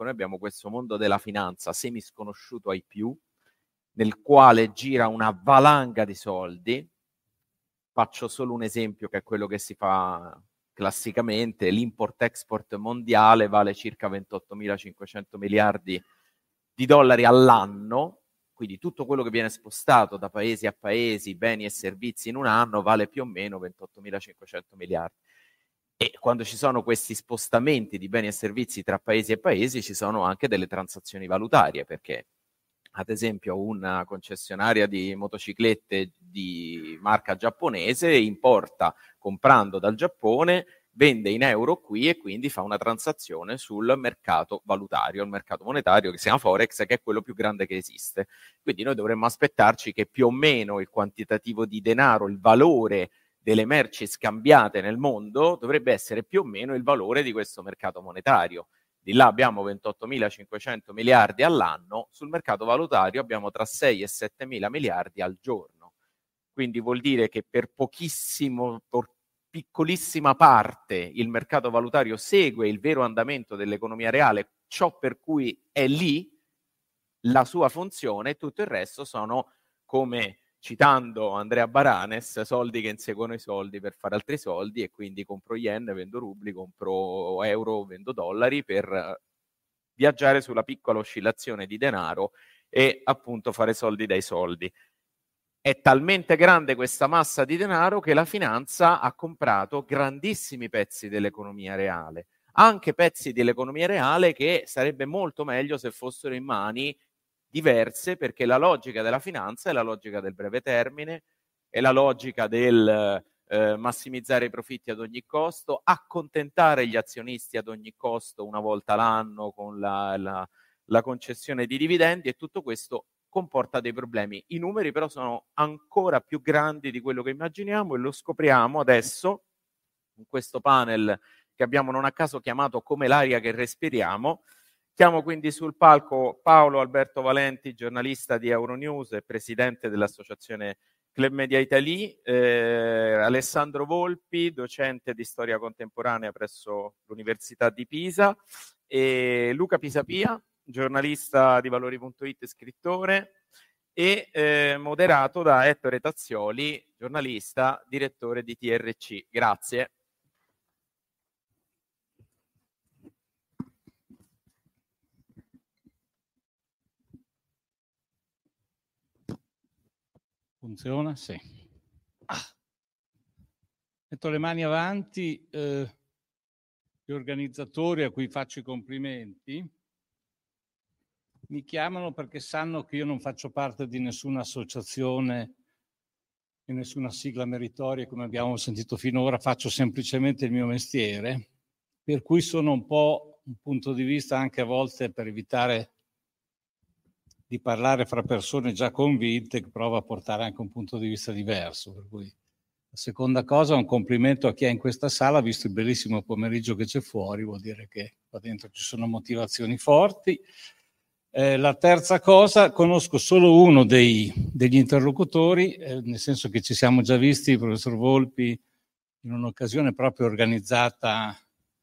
Ecco, noi abbiamo questo mondo della finanza semisconosciuto ai più, nel quale gira una valanga di soldi. Faccio solo un esempio che è quello che si fa classicamente: l'import-export mondiale vale circa 28.500 miliardi di dollari all'anno, quindi tutto quello che viene spostato da paesi a paesi, beni e servizi in un anno, vale più o meno 28.500 miliardi. E quando ci sono questi spostamenti di beni e servizi tra paesi e paesi, ci sono anche delle transazioni valutarie, perché ad esempio una concessionaria di motociclette di marca giapponese importa comprando dal Giappone, vende in euro qui e quindi fa una transazione sul mercato valutario, il mercato monetario che si chiama Forex, che è quello più grande che esiste. Quindi noi dovremmo aspettarci che più o meno il quantitativo di denaro, il valore delle merci scambiate nel mondo dovrebbe essere più o meno il valore di questo mercato monetario. Di là abbiamo 28.500 miliardi all'anno, sul mercato valutario abbiamo tra 6 e 7.000 miliardi al giorno. Quindi vuol dire che per piccolissima parte il mercato valutario segue il vero andamento dell'economia reale, ciò per cui è lì la sua funzione, tutto il resto sono, come citando Andrea Baranes, soldi che inseguono i soldi per fare altri soldi, e quindi compro yen, vendo rubli, compro euro, vendo dollari, per viaggiare sulla piccola oscillazione di denaro e appunto fare soldi dai soldi. È talmente grande questa massa di denaro che la finanza ha comprato grandissimi pezzi dell'economia reale, anche pezzi dell'economia reale che sarebbe molto meglio se fossero in mani diverse, perché la logica della finanza è la logica del breve termine, è la logica del massimizzare i profitti ad ogni costo, accontentare gli azionisti ad ogni costo una volta l'anno con la concessione di dividendi, e tutto questo comporta dei problemi. I numeri però sono ancora più grandi di quello che immaginiamo, e lo scopriamo adesso in questo panel che abbiamo non a caso chiamato Come l'aria che respiriamo. Chiamo quindi sul palco Paolo Alberto Valenti, giornalista di Euronews e presidente dell'associazione Club Media Italie, Alessandro Volpi, docente di storia contemporanea presso l'Università di Pisa, e Luca Pisapia, giornalista di Valori.it e scrittore, e moderato da Ettore Tazzioli, giornalista, direttore di TRC. Grazie. Funziona? Sì. Metto le mani avanti. Gli organizzatori, a cui faccio i complimenti, mi chiamano perché sanno che io non faccio parte di nessuna associazione e nessuna sigla meritoria, come abbiamo sentito finora. Faccio semplicemente il mio mestiere, per cui sono un po' un punto di vista, anche a volte per evitare di parlare fra persone già convinte, che prova a portare anche un punto di vista diverso. Per cui la seconda cosa, un complimento a chi è in questa sala, visto il bellissimo pomeriggio che c'è fuori, vuol dire che qua dentro ci sono motivazioni forti. La terza cosa, conosco solo uno degli interlocutori, nel senso che ci siamo già visti, professor Volpi, in un'occasione proprio organizzata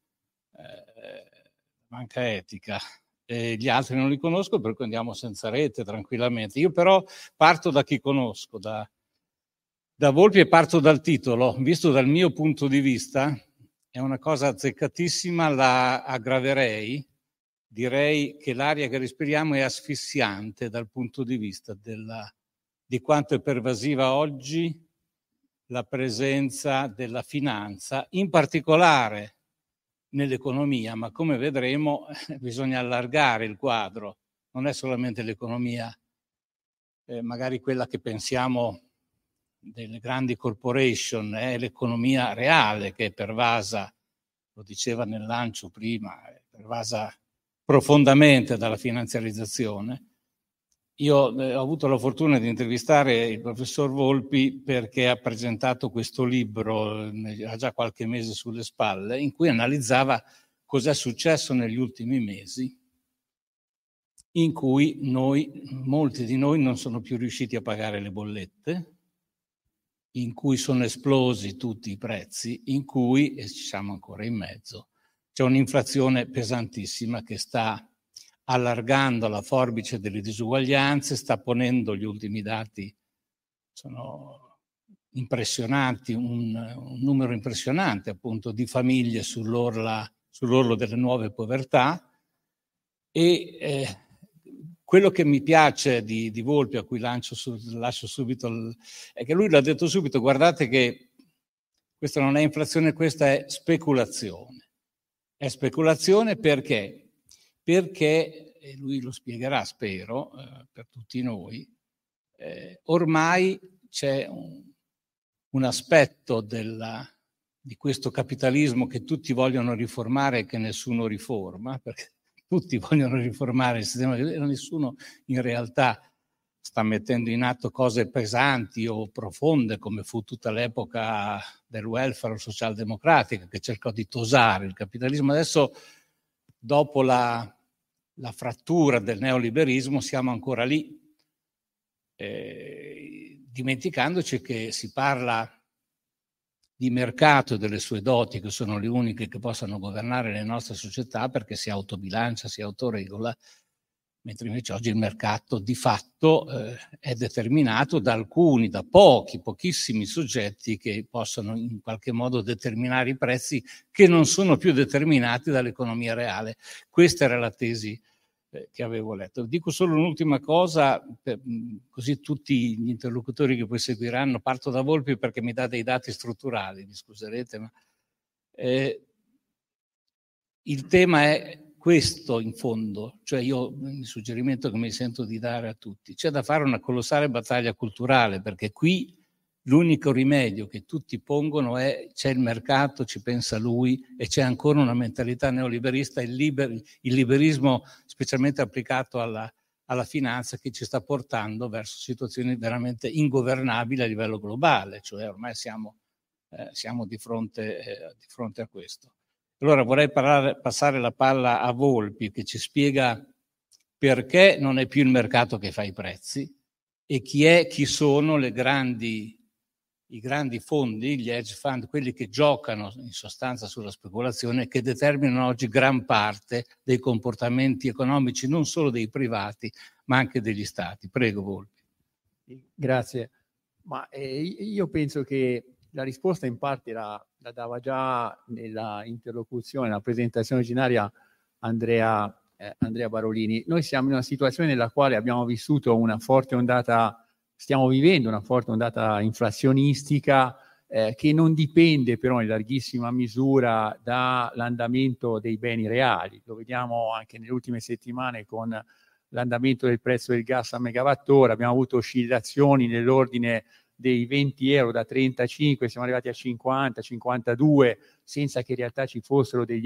Banca Etica. Gli altri non li conosco, per cui andiamo senza rete tranquillamente. Io però parto da chi conosco, da Volpi, e parto dal titolo. Visto dal mio punto di vista, è una cosa azzeccatissima, la aggraverei. Direi che l'aria che respiriamo è asfissiante dal punto di vista di quanto è pervasiva oggi la presenza della finanza, in particolare nell'economia, ma come vedremo bisogna allargare il quadro. Non è solamente l'economia, magari quella che pensiamo delle grandi corporation, è l'economia reale che è pervasa, lo diceva nel lancio prima, è pervasa profondamente dalla finanziarizzazione. Io ho avuto la fortuna di intervistare il professor Volpi perché ha presentato questo libro, ha già qualche mese sulle spalle, in cui analizzava cosa è successo negli ultimi mesi, in cui molti di noi non sono più riusciti a pagare le bollette, in cui sono esplosi tutti i prezzi, in cui, e ci siamo ancora in mezzo, c'è un'inflazione pesantissima che sta allargando la forbice delle disuguaglianze, sta ponendo, gli ultimi dati sono impressionanti, un numero impressionante appunto di famiglie sull'orlo delle nuove povertà, e quello che mi piace di Volpi, a cui lascio subito, è che lui l'ha detto subito: guardate che questa non è inflazione, questa è speculazione. È speculazione perché? Perché, e lui lo spiegherà, spero, per tutti noi, ormai c'è un aspetto di questo capitalismo che tutti vogliono riformare e che nessuno riforma, perché tutti vogliono riformare il sistema, e nessuno in realtà sta mettendo in atto cose pesanti o profonde, come fu tutta l'epoca del welfare socialdemocratico, che cercò di tosare il capitalismo. Adesso, dopo la frattura del neoliberismo, siamo ancora lì, dimenticandoci che si parla di mercato e delle sue doti, che sono le uniche che possano governare le nostre società, perché si autobilancia, si autoregola, mentre invece oggi il mercato di fatto è determinato da pochissimi soggetti che possono in qualche modo determinare i prezzi, che non sono più determinati dall'economia reale. Questa era la tesi che avevo letto. Dico solo un'ultima cosa, così tutti gli interlocutori che poi seguiranno, parto da Volpi perché mi dà dei dati strutturali, mi scuserete, ma il tema è questo in fondo, cioè il suggerimento che mi sento di dare a tutti: c'è da fare una colossale battaglia culturale, perché qui l'unico rimedio che tutti pongono è: c'è il mercato, ci pensa lui, e c'è ancora una mentalità neoliberista, il liberismo specialmente applicato alla finanza, che ci sta portando verso situazioni veramente ingovernabili a livello globale, cioè ormai siamo di fronte a questo. Allora vorrei passare la palla a Volpi, che ci spiega perché non è più il mercato che fa i prezzi e chi sono i grandi fondi, gli hedge fund, quelli che giocano in sostanza sulla speculazione, che determinano oggi gran parte dei comportamenti economici, non solo dei privati, ma anche degli stati. Prego, Volpi. Grazie. Ma io penso che la risposta in parte la dava già nella interlocuzione, nella presentazione originaria Andrea Barolini. Noi siamo in una situazione nella quale abbiamo vissuto stiamo vivendo una forte ondata inflazionistica che non dipende però in larghissima misura dall'andamento dei beni reali. Lo vediamo anche nelle ultime settimane con l'andamento del prezzo del gas a megawattora. Abbiamo avuto oscillazioni nell'ordine dei 20 euro, da 35 siamo arrivati a 50, 52, senza che in realtà ci fossero degli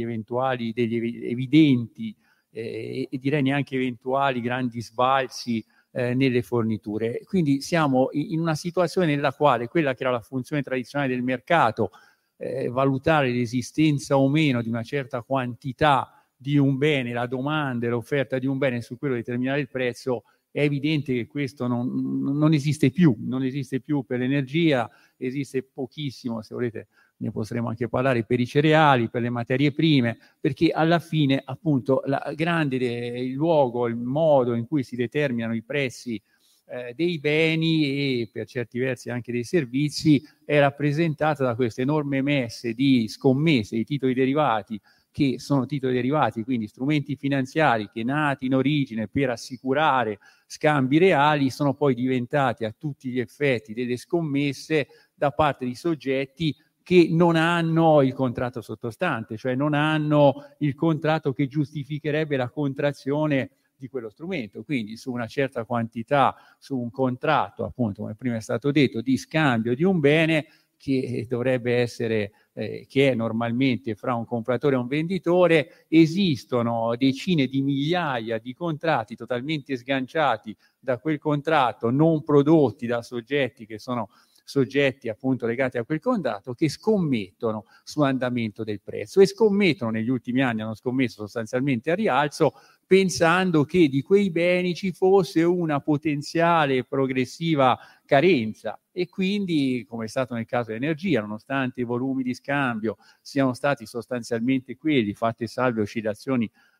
evidenti e direi neanche eventuali grandi sbalzi nelle forniture. Quindi siamo in una situazione nella quale quella che era la funzione tradizionale del mercato, valutare l'esistenza o meno di una certa quantità di un bene, la domanda e l'offerta di un bene, su quello determinare il prezzo, è evidente che questo non esiste più, per l'energia, esiste pochissimo, se volete ne potremo anche parlare, per i cereali, per le materie prime, perché alla fine appunto il luogo, il modo in cui si determinano i prezzi dei beni e per certi versi anche dei servizi è rappresentata da queste enorme messe di scommesse, di titoli derivati, che sono titoli derivati, quindi strumenti finanziari che, nati in origine per assicurare scambi reali, sono poi diventati a tutti gli effetti delle scommesse da parte di soggetti che non hanno il contratto sottostante, cioè non hanno il contratto che giustificherebbe la contrazione di quello strumento. Quindi su una certa quantità, su un contratto, appunto, come prima è stato detto, di scambio di un bene che dovrebbe essere, che è normalmente fra un compratore e un venditore, esistono decine di migliaia di contratti totalmente sganciati da quel contratto, non prodotti da soggetti che sono soggetti appunto legati a quel contratto, che scommettono sull'andamento del prezzo, e scommettono, negli ultimi anni hanno scommesso sostanzialmente a rialzo, pensando che di quei beni ci fosse una potenziale progressiva carenza, e quindi, come è stato nel caso dell'energia, nonostante i volumi di scambio siano stati sostanzialmente quelli, fatte salve oscillazioni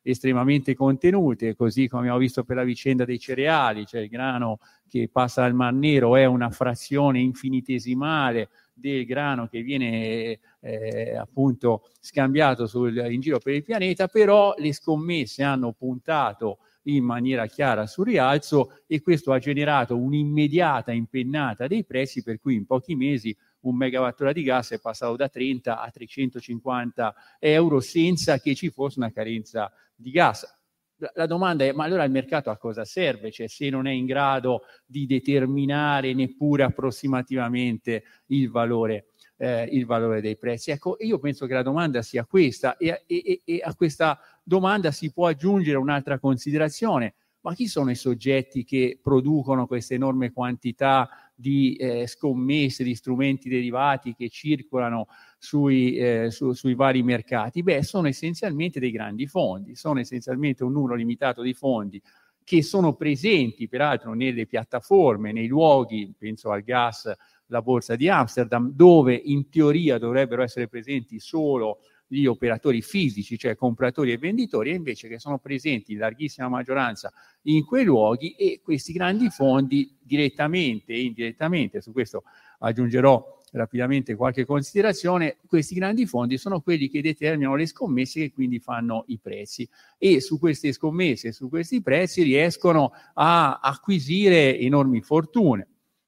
estremamente contenute, così come abbiamo visto per la vicenda dei cereali, cioè il grano che passa dal Mar Nero è una frazione infinitesimale del grano che viene appunto scambiato in giro per il pianeta, però le scommesse hanno puntato in maniera chiara sul rialzo e questo ha generato un'immediata impennata dei prezzi, per cui in pochi mesi un megawattora di gas è passato da 30 a 350 euro senza che ci fosse una carenza di gas. La domanda è: ma allora il mercato a cosa serve? Cioè, se non è in grado di determinare neppure approssimativamente il valore dei prezzi. Ecco, io penso che la domanda sia questa e a questa domanda si può aggiungere un'altra considerazione: ma chi sono i soggetti che producono queste enorme quantità di scommesse, di strumenti derivati che circolano sui vari mercati? Beh, sono essenzialmente dei grandi fondi, sono essenzialmente un numero limitato di fondi che sono presenti peraltro nelle piattaforme, nei luoghi, penso al gas, la borsa di Amsterdam, dove in teoria dovrebbero essere presenti solo gli operatori fisici, cioè compratori e venditori, e invece che sono presenti in larghissima maggioranza in quei luoghi, e questi grandi fondi direttamente e indirettamente, su questo aggiungerò rapidamente qualche considerazione, questi grandi fondi sono quelli che determinano le scommesse che quindi fanno i prezzi, e su queste scommesse, su questi prezzi riescono a acquisire enormi fortune.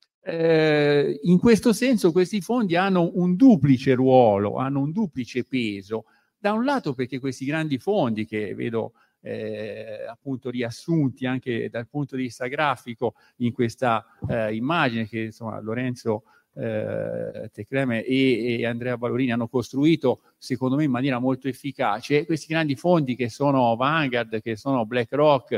In questo senso questi fondi hanno un duplice ruolo, hanno un duplice peso. Da un lato perché questi grandi fondi, che vedo appunto riassunti anche dal punto di vista grafico in questa immagine che insomma Lorenzo Tecleme e Andrea Ballorini hanno costruito secondo me in maniera molto efficace, questi grandi fondi che sono Vanguard, che sono BlackRock,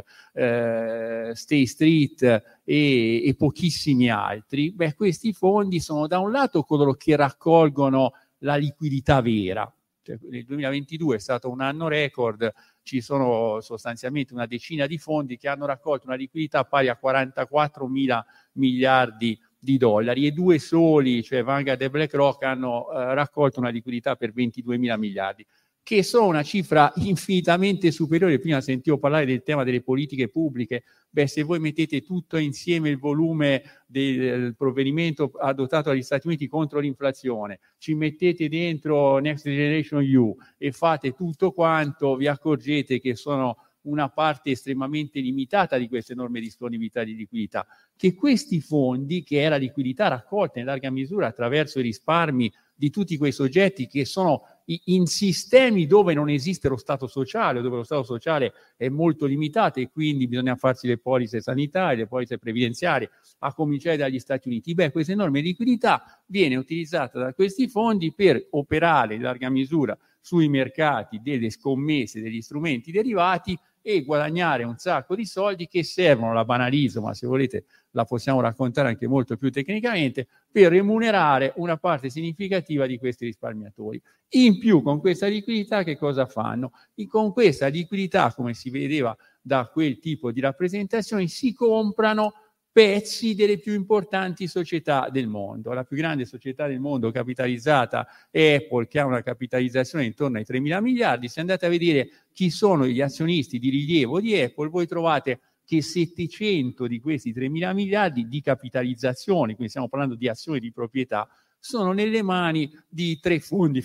State Street e pochissimi altri, beh, questi fondi sono da un lato coloro che raccolgono la liquidità vera. Cioè, nel 2022 è stato un anno record, ci sono sostanzialmente una decina di fondi che hanno raccolto una liquidità pari a 44 mila miliardi di dollari, e due soli, cioè Vanguard e BlackRock, hanno raccolto una liquidità per 22 mila miliardi, che sono una cifra infinitamente superiore. Prima sentivo parlare del tema delle politiche pubbliche. Beh, se voi mettete tutto insieme il volume del provvedimento adottato dagli Stati Uniti contro l'inflazione, ci mettete dentro Next Generation EU e fate tutto quanto, vi accorgete che sono una parte estremamente limitata di questa enorme disponibilità di liquidità, che questi fondi, che è la liquidità raccolta in larga misura attraverso i risparmi di tutti quei soggetti che sono in sistemi dove non esiste lo Stato sociale, dove lo Stato sociale è molto limitato e quindi bisogna farsi le polizze sanitarie, le polizze previdenziarie, a cominciare dagli Stati Uniti. Beh, questa enorme liquidità viene utilizzata da questi fondi per operare in larga misura sui mercati delle scommesse, degli strumenti derivati, e guadagnare un sacco di soldi che servono, la banalizzo, ma se volete la possiamo raccontare anche molto più tecnicamente, per remunerare una parte significativa di questi risparmiatori. In più, con questa liquidità che cosa fanno? Con questa liquidità, come si vedeva da quel tipo di rappresentazioni, si comprano pezzi delle più importanti società del mondo. La più grande società del mondo capitalizzata è Apple, che ha una capitalizzazione intorno ai 3 mila miliardi. Se andate a vedere chi sono gli azionisti di rilievo di Apple, voi trovate che 700 di questi 3 mila miliardi di capitalizzazione, quindi stiamo parlando di azioni di proprietà, sono nelle mani di tre fondi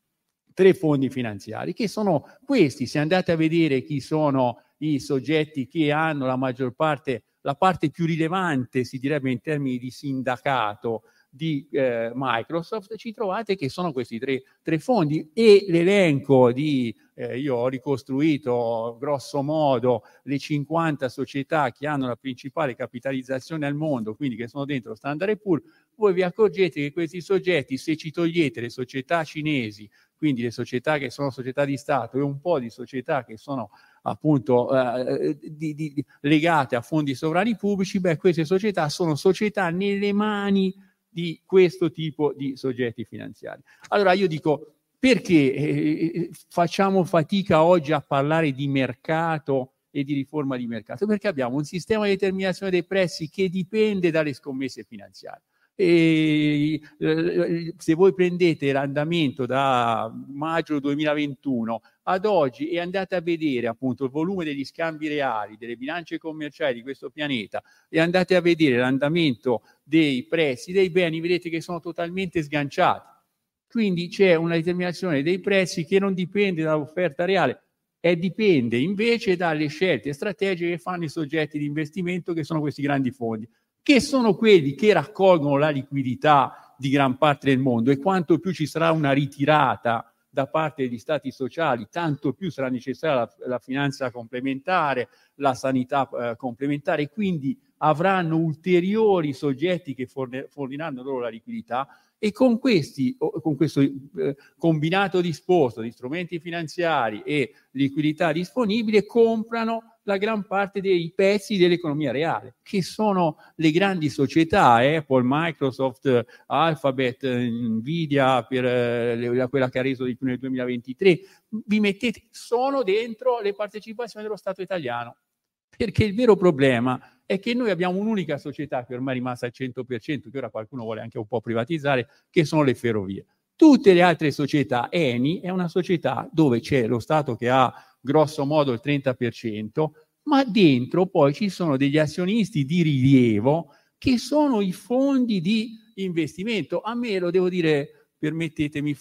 finanziari, che sono questi. Se andate a vedere chi sono i soggetti che hanno la maggior parte, la parte più rilevante, si direbbe in termini di sindacato di Microsoft, ci trovate che sono questi tre fondi, e l'elenco di io ho ricostruito grosso modo le 50 società che hanno la principale capitalizzazione al mondo, quindi che sono dentro Standard & Poor's. Voi vi accorgete che questi soggetti, se ci togliete le società cinesi, quindi le società che sono società di Stato, e un po' di società che sono appunto legate a fondi sovrani pubblici, beh, queste società sono società nelle mani di questo tipo di soggetti finanziari. Allora io dico, perché facciamo fatica oggi a parlare di mercato e di riforma di mercato? Perché abbiamo un sistema di determinazione dei prezzi che dipende dalle scommesse finanziarie. E se voi prendete l'andamento da maggio 2021 ad oggi e andate a vedere appunto il volume degli scambi reali, delle bilance commerciali di questo pianeta, e andate a vedere l'andamento dei prezzi dei beni, vedete che sono totalmente sganciati. Quindi c'è una determinazione dei prezzi che non dipende dall'offerta reale, dipende invece dalle scelte strategiche che fanno i soggetti di investimento, che sono questi grandi fondi, che sono quelli che raccolgono la liquidità di gran parte del mondo, e quanto più ci sarà una ritirata da parte degli stati sociali, tanto più sarà necessaria la finanza complementare, la sanità complementare, e quindi avranno ulteriori soggetti che forniranno loro la liquidità, e con questo combinato disposto di strumenti finanziari e liquidità disponibile comprano la gran parte dei pezzi dell'economia reale, che sono le grandi società, Apple, Microsoft, Alphabet, Nvidia, per quella che ha reso di più nel 2023, vi mettete, sono dentro le partecipazioni dello Stato italiano, perché il vero problema è che noi abbiamo un'unica società che ormai è rimasta al 100%, che ora qualcuno vuole anche un po' privatizzare, che sono le ferrovie. Tutte le altre società, Eni è una società dove c'è lo Stato che ha grosso modo il 30%, ma dentro poi ci sono degli azionisti di rilievo che sono i fondi di investimento. A me, lo devo dire, permettetemi,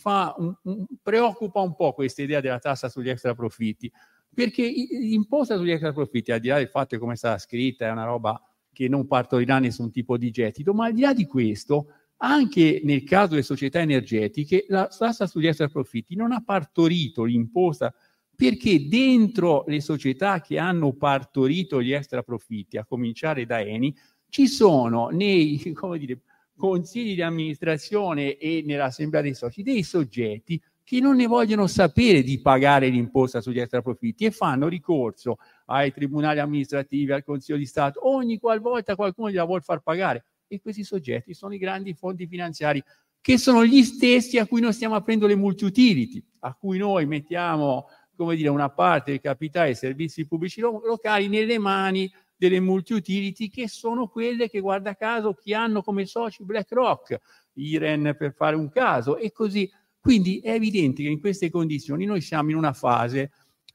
preoccupa un po' questa idea della tassa sugli extraprofitti, perché l'imposta sugli extraprofitti, al di là del fatto che come è stata scritta è una roba che non partorirà nessun tipo di gettito, ma al di là di questo, anche nel caso delle società energetiche, la tassa sugli extraprofitti non ha partorito l'imposta, perché dentro le società che hanno partorito gli extraprofitti, a cominciare da Eni, ci sono nei consigli di amministrazione e nell'assemblea dei soci dei soggetti che non ne vogliono sapere di pagare l'imposta sugli extraprofitti e fanno ricorso ai tribunali amministrativi, al Consiglio di Stato, ogni qualvolta qualcuno gliela vuol far pagare. E questi soggetti sono i grandi fondi finanziari, che sono gli stessi a cui noi stiamo aprendo le multi-utility, a cui noi mettiamo una parte del capitale dei servizi pubblici locali nelle mani delle multi-utility, che sono quelle che, guarda caso, chi hanno come soci BlackRock, Iren per fare un caso, e così. Quindi è evidente che in queste condizioni noi siamo in una fase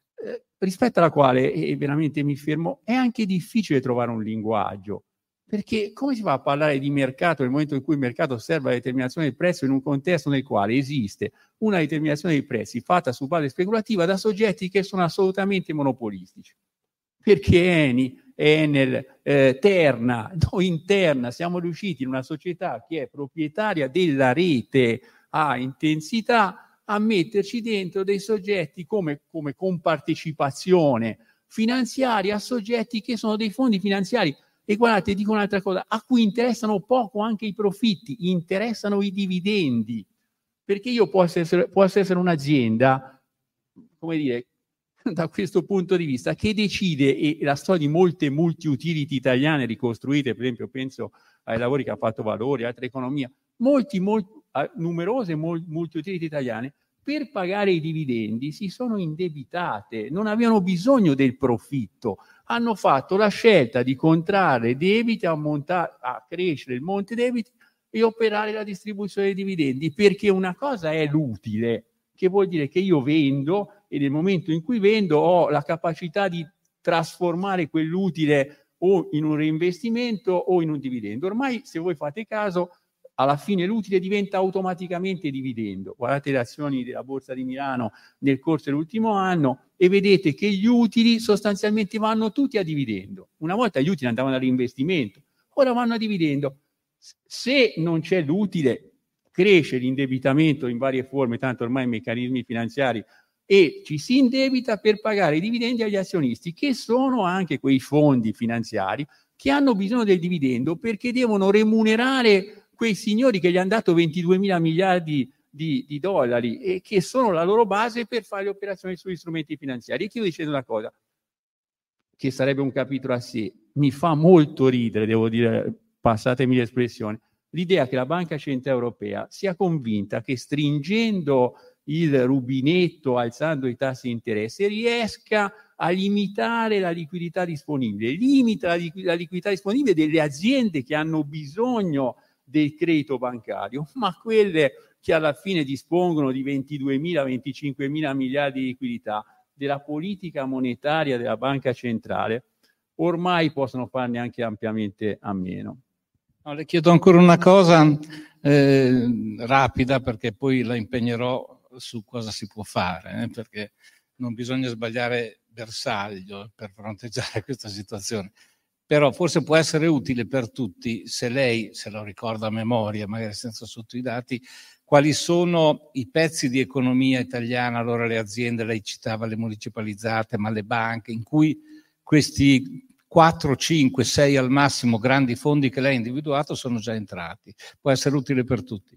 rispetto alla quale, e veramente mi fermo, è anche difficile trovare un linguaggio, perché come si fa a parlare di mercato nel momento in cui il mercato serve alla determinazione del prezzo in un contesto nel quale esiste una determinazione dei prezzi fatta su base speculativa da soggetti che sono assolutamente monopolistici? Perché Eni, Enel, Terna, noi in Terna siamo riusciti in una società che è proprietaria della rete a intensità a metterci dentro dei soggetti come compartecipazione finanziaria a soggetti che sono dei fondi finanziari. E guardate, dico un'altra cosa, a cui interessano poco anche i profitti, interessano i dividendi, perché io posso essere un'azienda, da questo punto di vista, che decide, e la storia di molte multi-utility italiane ricostruite, per esempio penso ai lavori che ha fatto Valori, altre economie, numerose multi-utility italiane, per pagare i dividendi si sono indebitate, non avevano bisogno del profitto, hanno fatto la scelta di contrarre debiti, a crescere il monte debiti e operare la distribuzione dei dividendi, perché una cosa è l'utile, che vuol dire che io vendo e nel momento in cui vendo ho la capacità di trasformare quell'utile o in un reinvestimento o in un dividendo. Ormai, se voi fate caso, alla fine l'utile diventa automaticamente dividendo. Guardate le azioni della Borsa di Milano nel corso dell'ultimo anno e vedete che gli utili sostanzialmente vanno tutti a dividendo. Una volta gli utili andavano a reinvestimento, ora vanno a dividendo. Se non c'è l'utile, cresce l'indebitamento in varie forme, tanto ormai i meccanismi finanziari, e ci si indebita per pagare i dividendi agli azionisti, che sono anche quei fondi finanziari che hanno bisogno del dividendo perché devono remunerare quei signori che gli hanno dato 22 mila miliardi di dollari e che sono la loro base per fare le operazioni sugli strumenti finanziari. E chiudo dicendo una cosa, che sarebbe un capitolo a sé. Mi fa molto ridere, devo dire, passatemi l'espressione, l'idea che la Banca Centrale Europea sia convinta che stringendo il rubinetto, alzando i tassi di interesse, riesca a limitare la liquidità disponibile, limita la liquidità disponibile delle aziende che hanno bisogno del credito bancario, ma quelle che alla fine dispongono di 22.000-25.000 miliardi di liquidità della politica monetaria della banca centrale, ormai possono farne anche ampiamente a meno. No, le chiedo ancora una cosa rapida, perché poi la impegnerò su cosa si può fare, perché non bisogna sbagliare bersaglio per fronteggiare questa situazione. Però forse può essere utile per tutti se lei se lo ricorda a memoria, magari senza sotto i dati, quali sono i pezzi di economia italiana, allora le aziende, lei citava le municipalizzate, ma le banche, in cui questi 4, 5, 6 al massimo grandi fondi che lei ha individuato sono già entrati. Può essere utile per tutti.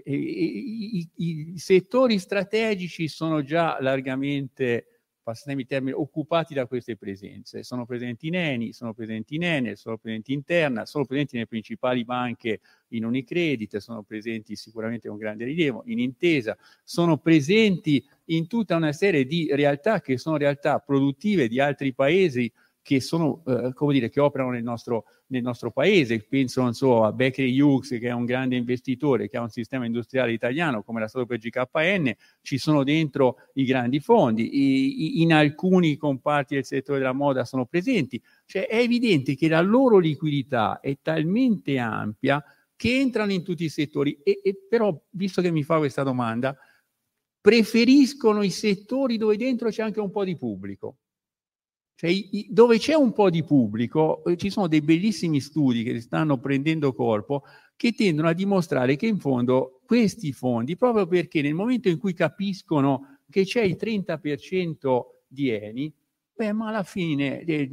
I settori strategici sono già largamente, passatemi il termine, occupati da queste presenze. Sono presenti in Eni, sono presenti in Enel, sono presenti in Terna, sono presenti nelle principali banche in Unicredit, sono presenti sicuramente con grande rilievo in Intesa, sono presenti in tutta una serie di realtà che sono realtà produttive di altri paesi che sono, come dire, che operano nel nostro paese. Penso, non so, a Bakery Hughes, che è un grande investitore, che ha un sistema industriale italiano, come era stato per GKN, ci sono dentro i grandi fondi, in alcuni comparti del settore della moda sono presenti. Cioè è evidente che la loro liquidità è talmente ampia che entrano in tutti i settori, e però, visto che mi fa questa domanda, preferiscono i settori dove dentro c'è anche un po' di pubblico. Cioè, dove c'è un po' di pubblico, ci sono dei bellissimi studi che stanno prendendo corpo, che tendono a dimostrare che in fondo questi fondi, proprio perché nel momento in cui capiscono che c'è il 30% di Eni, ma alla fine il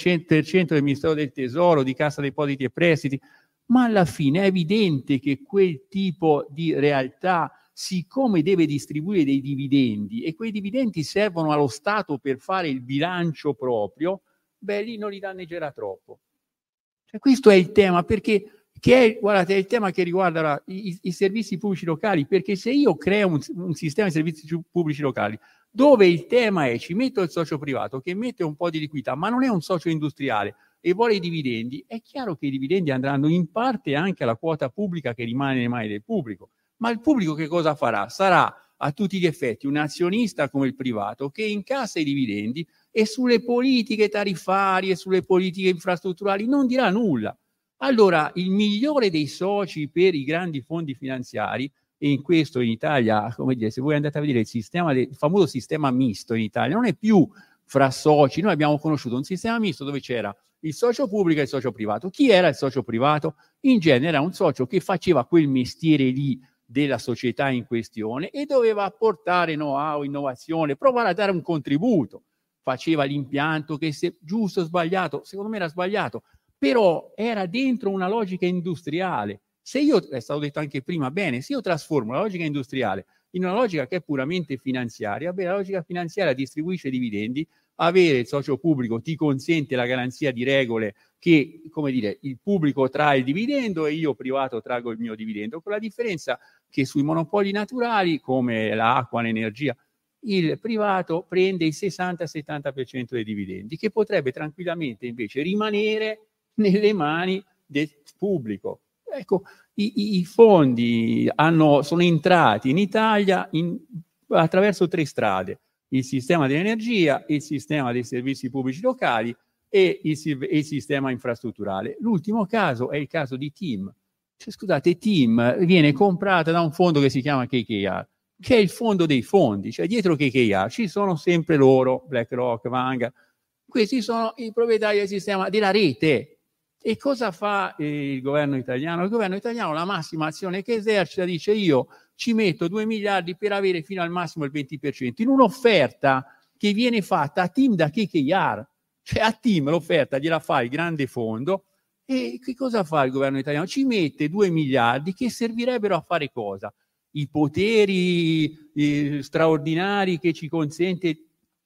30% del Ministero del Tesoro, di Cassa Depositi e Prestiti, ma alla fine è evidente che quel tipo di realtà, siccome deve distribuire dei dividendi e quei dividendi servono allo Stato per fare il bilancio proprio, lì non li danneggerà troppo. Cioè, questo è il tema, perché guardate, è il tema che riguarda i servizi pubblici locali, perché se io creo un sistema di servizi pubblici locali dove il tema è ci metto il socio privato che mette un po' di liquidità, ma non è un socio industriale e vuole i dividendi, è chiaro che i dividendi andranno in parte anche alla quota pubblica che rimane nelle mani del pubblico. Ma il pubblico che cosa farà? Sarà a tutti gli effetti un azionista come il privato che incassa i dividendi e sulle politiche tariffarie, sulle politiche infrastrutturali non dirà nulla. Allora, il migliore dei soci per i grandi fondi finanziari, e in questo in Italia, come dire, se voi andate a vedere il famoso sistema misto in Italia, non è più fra soci. Noi abbiamo conosciuto un sistema misto dove c'era il socio pubblico e il socio privato. Chi era il socio privato? In genere era un socio che faceva quel mestiere lì della società in questione e doveva apportare know-how, innovazione, provare a dare un contributo. Faceva l'impianto che giusto o sbagliato, secondo me era sbagliato, però era dentro una logica industriale. Se io, è stato detto anche prima, bene, se io trasformo la logica industriale in una logica che è puramente finanziaria, la logica finanziaria distribuisce dividendi, avere il socio pubblico ti consente la garanzia di regole che, come dire, il pubblico trae il dividendo e io privato traggo il mio dividendo, con la differenza che sui monopoli naturali, come l'acqua, l'energia, il privato prende il 60-70% dei dividendi, che potrebbe tranquillamente invece rimanere nelle mani del pubblico. Ecco, i fondi sono entrati in Italia attraverso 3 strade: il sistema dell'energia, il sistema dei servizi pubblici locali e il sistema infrastrutturale. L'ultimo caso è il caso di TIM. Cioè, scusate, TIM viene comprata da un fondo che si chiama KKR, che è il fondo dei fondi. Cioè, dietro KKR ci sono sempre loro, BlackRock, Vanguard. Questi sono i proprietari del sistema della rete. E cosa fa il governo italiano? Il governo italiano, la massima azione che esercita, dice: io ci metto 2 miliardi per avere fino al massimo il 20%, in un'offerta che viene fatta a TIM da KKR. Cioè, a TIM l'offerta gliela fa il grande fondo. E che cosa fa il governo italiano? Ci mette 2 miliardi che servirebbero a fare cosa? I poteri straordinari che ci consente.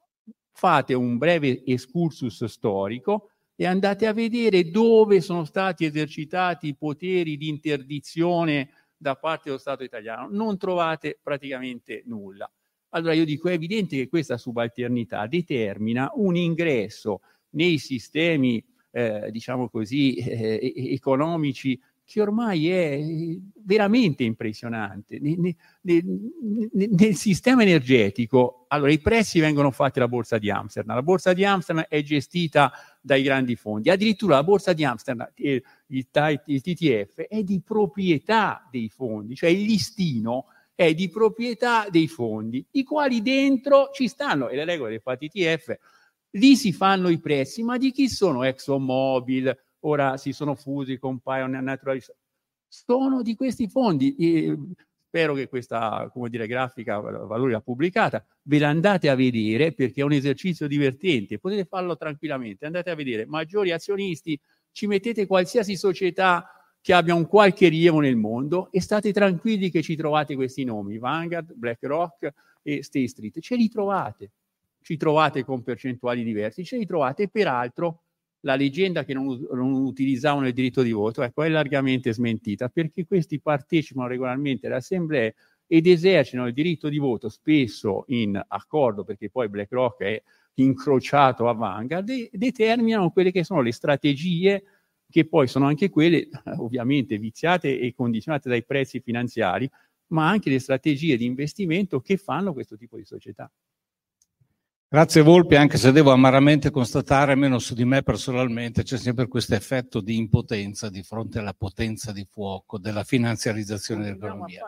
Fate un breve excursus storico e andate a vedere dove sono stati esercitati i poteri di interdizione da parte dello Stato italiano. Non trovate praticamente nulla. Allora io dico, è evidente che questa subalternità determina un ingresso nei sistemi, diciamo così, economici che ormai è veramente impressionante. Nel sistema energetico, allora i prezzi vengono fatti alla Borsa di Amsterdam. La Borsa di Amsterdam è gestita dai grandi fondi. Addirittura la Borsa di Amsterdam, il TTF, è di proprietà dei fondi, cioè il listino è di proprietà dei fondi, i quali dentro ci stanno, e le regole del TTF, lì si fanno i prezzi, ma di chi sono? ExxonMobil, ora si sono fusi con Pioneer Natural, sono di questi fondi. Spero che questa, come dire, grafica Valori l'ha pubblicata, ve la andate a vedere perché è un esercizio divertente, potete farlo tranquillamente, andate a vedere maggiori azionisti, ci mettete qualsiasi società che abbia un qualche rilievo nel mondo e state tranquilli che ci trovate questi nomi, Vanguard, BlackRock e State Street, ce li trovate, ci trovate con percentuali diversi, ce li trovate. Peraltro la leggenda che non utilizzavano il diritto di voto, ecco, è largamente smentita, perché questi partecipano regolarmente alle assemblee ed esercitano il diritto di voto spesso in accordo, perché poi BlackRock è incrociato a Vanguard, e determinano quelle che sono le strategie, che poi sono anche quelle ovviamente viziate e condizionate dai prezzi finanziari, ma anche le strategie di investimento che fanno questo tipo di società. Grazie Volpi, anche se devo amaramente constatare, almeno su di me personalmente, c'è sempre questo effetto di impotenza di fronte alla potenza di fuoco della finanziarizzazione dell'economia.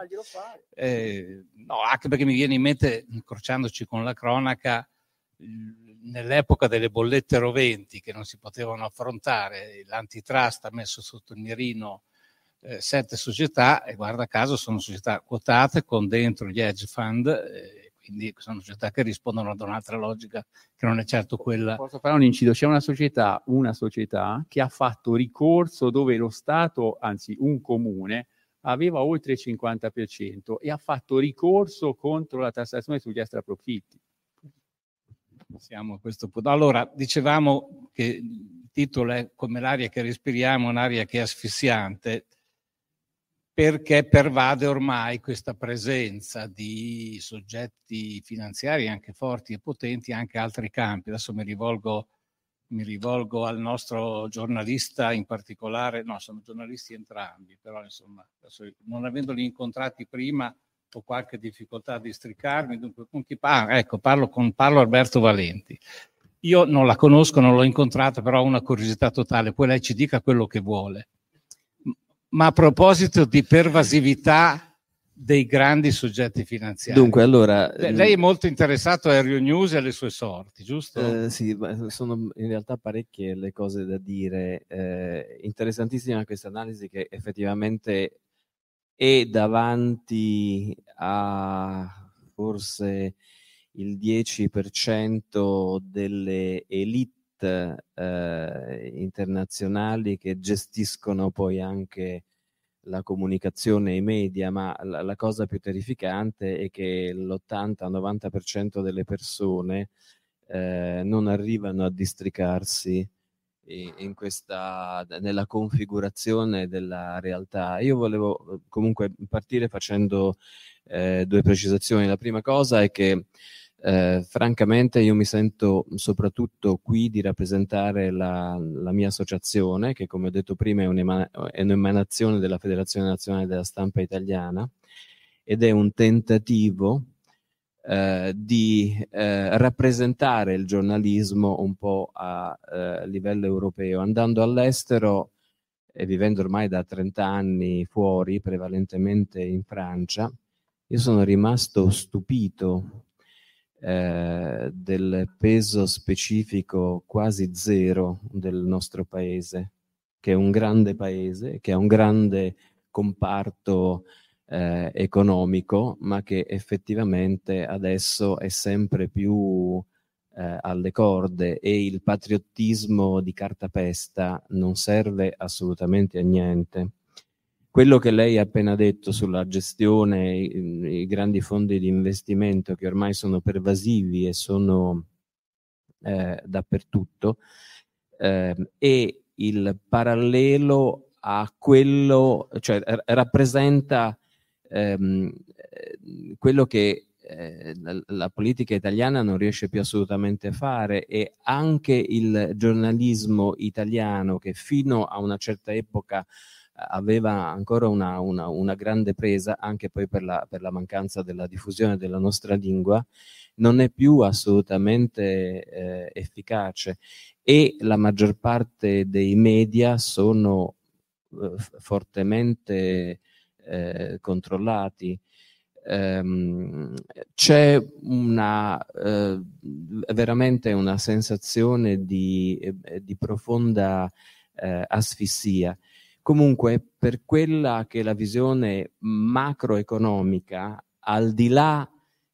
No, anche perché mi viene in mente, incrociandoci con la cronaca, nell'epoca delle bollette roventi che non si potevano affrontare, l'antitrust ha messo sotto il mirino 7 società, e guarda caso sono società quotate con dentro gli hedge fund, quindi sono società che rispondono ad un'altra logica che non è certo quella. Posso fare un inciso? C'è una società che ha fatto ricorso dove lo Stato, anzi un comune, aveva oltre il 50% e ha fatto ricorso contro la tassazione sugli extraprofitti. Siamo a questo punto. Allora, dicevamo che il titolo è Come l'aria che respiriamo, un'aria che è asfissiante, perché pervade ormai questa presenza di soggetti finanziari anche forti e potenti anche altri campi. Adesso mi rivolgo al nostro giornalista in particolare, no, sono giornalisti entrambi, però insomma, adesso, non avendoli incontrati prima ho qualche difficoltà a districarmi, dunque con chi parlo? Ecco, parlo Alberto Valenti. Io non la conosco, non l'ho incontrata, però ho una curiosità totale, poi lei ci dica quello che vuole. Ma a proposito di pervasività dei grandi soggetti finanziari. Dunque, allora, lei è molto interessato a Euronews e alle sue sorti, giusto? Sì, sono in realtà parecchie le cose da dire. Interessantissima questa analisi, che effettivamente è davanti a forse il 10% delle elite internazionali che gestiscono poi anche la comunicazione e i media, ma la cosa più terrificante è che l'80-90% delle persone non arrivano a districarsi nella configurazione della realtà. Io volevo comunque partire facendo 2 precisazioni. La prima cosa è che francamente io mi sento soprattutto qui di rappresentare la mia associazione, che come ho detto prima è un'emanazione della Federazione Nazionale della Stampa Italiana, ed è un tentativo di rappresentare il giornalismo un po' a livello europeo. Andando all'estero e vivendo ormai da 30 anni fuori, prevalentemente in Francia, io sono rimasto stupito del peso specifico quasi zero del nostro paese, che è un grande paese, che ha un grande comparto economico, ma che effettivamente adesso è sempre più alle corde, e il patriottismo di cartapesta non serve assolutamente a niente. Quello che lei ha appena detto sulla gestione, i grandi fondi di investimento che ormai sono pervasivi e sono dappertutto, è il parallelo a quello, cioè rappresenta quello che la politica italiana non riesce più assolutamente a fare, e anche il giornalismo italiano, che fino a una certa epoca aveva ancora una grande presa, anche poi per la mancanza della diffusione della nostra lingua, non è più assolutamente efficace, e la maggior parte dei media sono fortemente controllati. C'è veramente una sensazione di profonda asfissia. Comunque, per quella che è la visione macroeconomica, al di là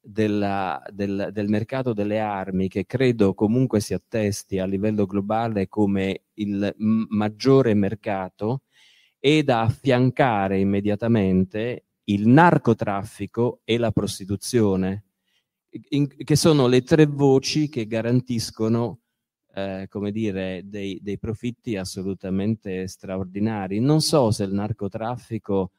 del mercato delle armi, che credo comunque si attesti a livello globale come il maggiore mercato, è da affiancare immediatamente il narcotraffico e la prostituzione, che sono le tre voci che garantiscono come dire, dei profitti assolutamente straordinari. Non so se il narcotraffico,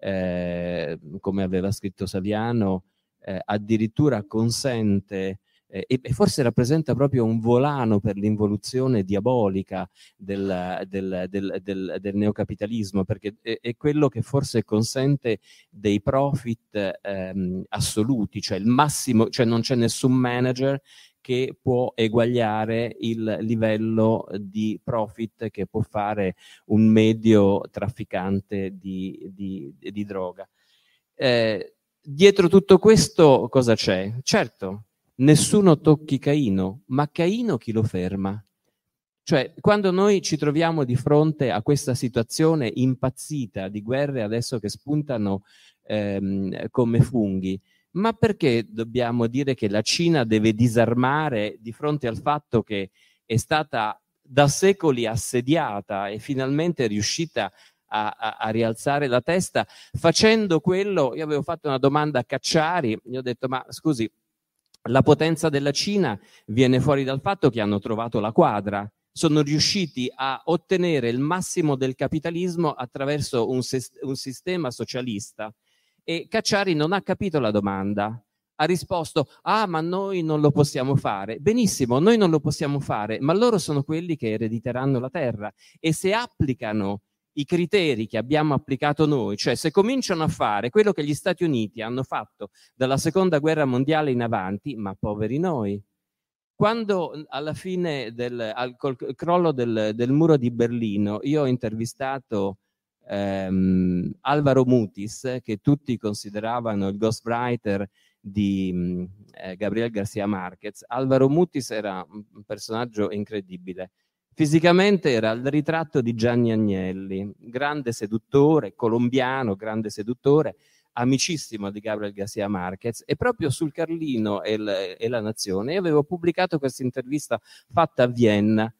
come aveva scritto Saviano, addirittura consente e forse rappresenta proprio un volano per l'involuzione diabolica del neocapitalismo, perché è quello che forse consente dei profit assoluti, cioè il massimo, cioè non c'è nessun manager che può eguagliare il livello di profit che può fare un medio trafficante di droga. Dietro tutto questo cosa c'è? Certo, nessuno tocchi Caino, ma Caino chi lo ferma? Cioè, quando noi ci troviamo di fronte a questa situazione impazzita di guerre adesso che spuntano come funghi, ma perché dobbiamo dire che la Cina deve disarmare di fronte al fatto che è stata da secoli assediata e finalmente è riuscita a rialzare la testa facendo quello? Io avevo fatto una domanda a Cacciari, gli ho detto: ma scusi, la potenza della Cina viene fuori dal fatto che hanno trovato la quadra, sono riusciti a ottenere il massimo del capitalismo attraverso un sistema socialista. E Cacciari non ha capito la domanda, ha risposto: ah, ma noi non lo possiamo fare. Benissimo, noi non lo possiamo fare, ma loro sono quelli che erediteranno la terra, e se applicano i criteri che abbiamo applicato noi, cioè se cominciano a fare quello che gli Stati Uniti hanno fatto dalla seconda guerra mondiale in avanti, ma poveri noi. Quando alla fine col crollo del muro di Berlino, io ho intervistato Alvaro Mutis, che tutti consideravano il ghostwriter di Gabriel García Márquez. Alvaro Mutis era un personaggio incredibile. Fisicamente era il ritratto di Gianni Agnelli, grande seduttore, colombiano, grande seduttore, amicissimo di Gabriel García Márquez, e proprio sul Carlino e la Nazione avevo pubblicato questa intervista fatta a Vienna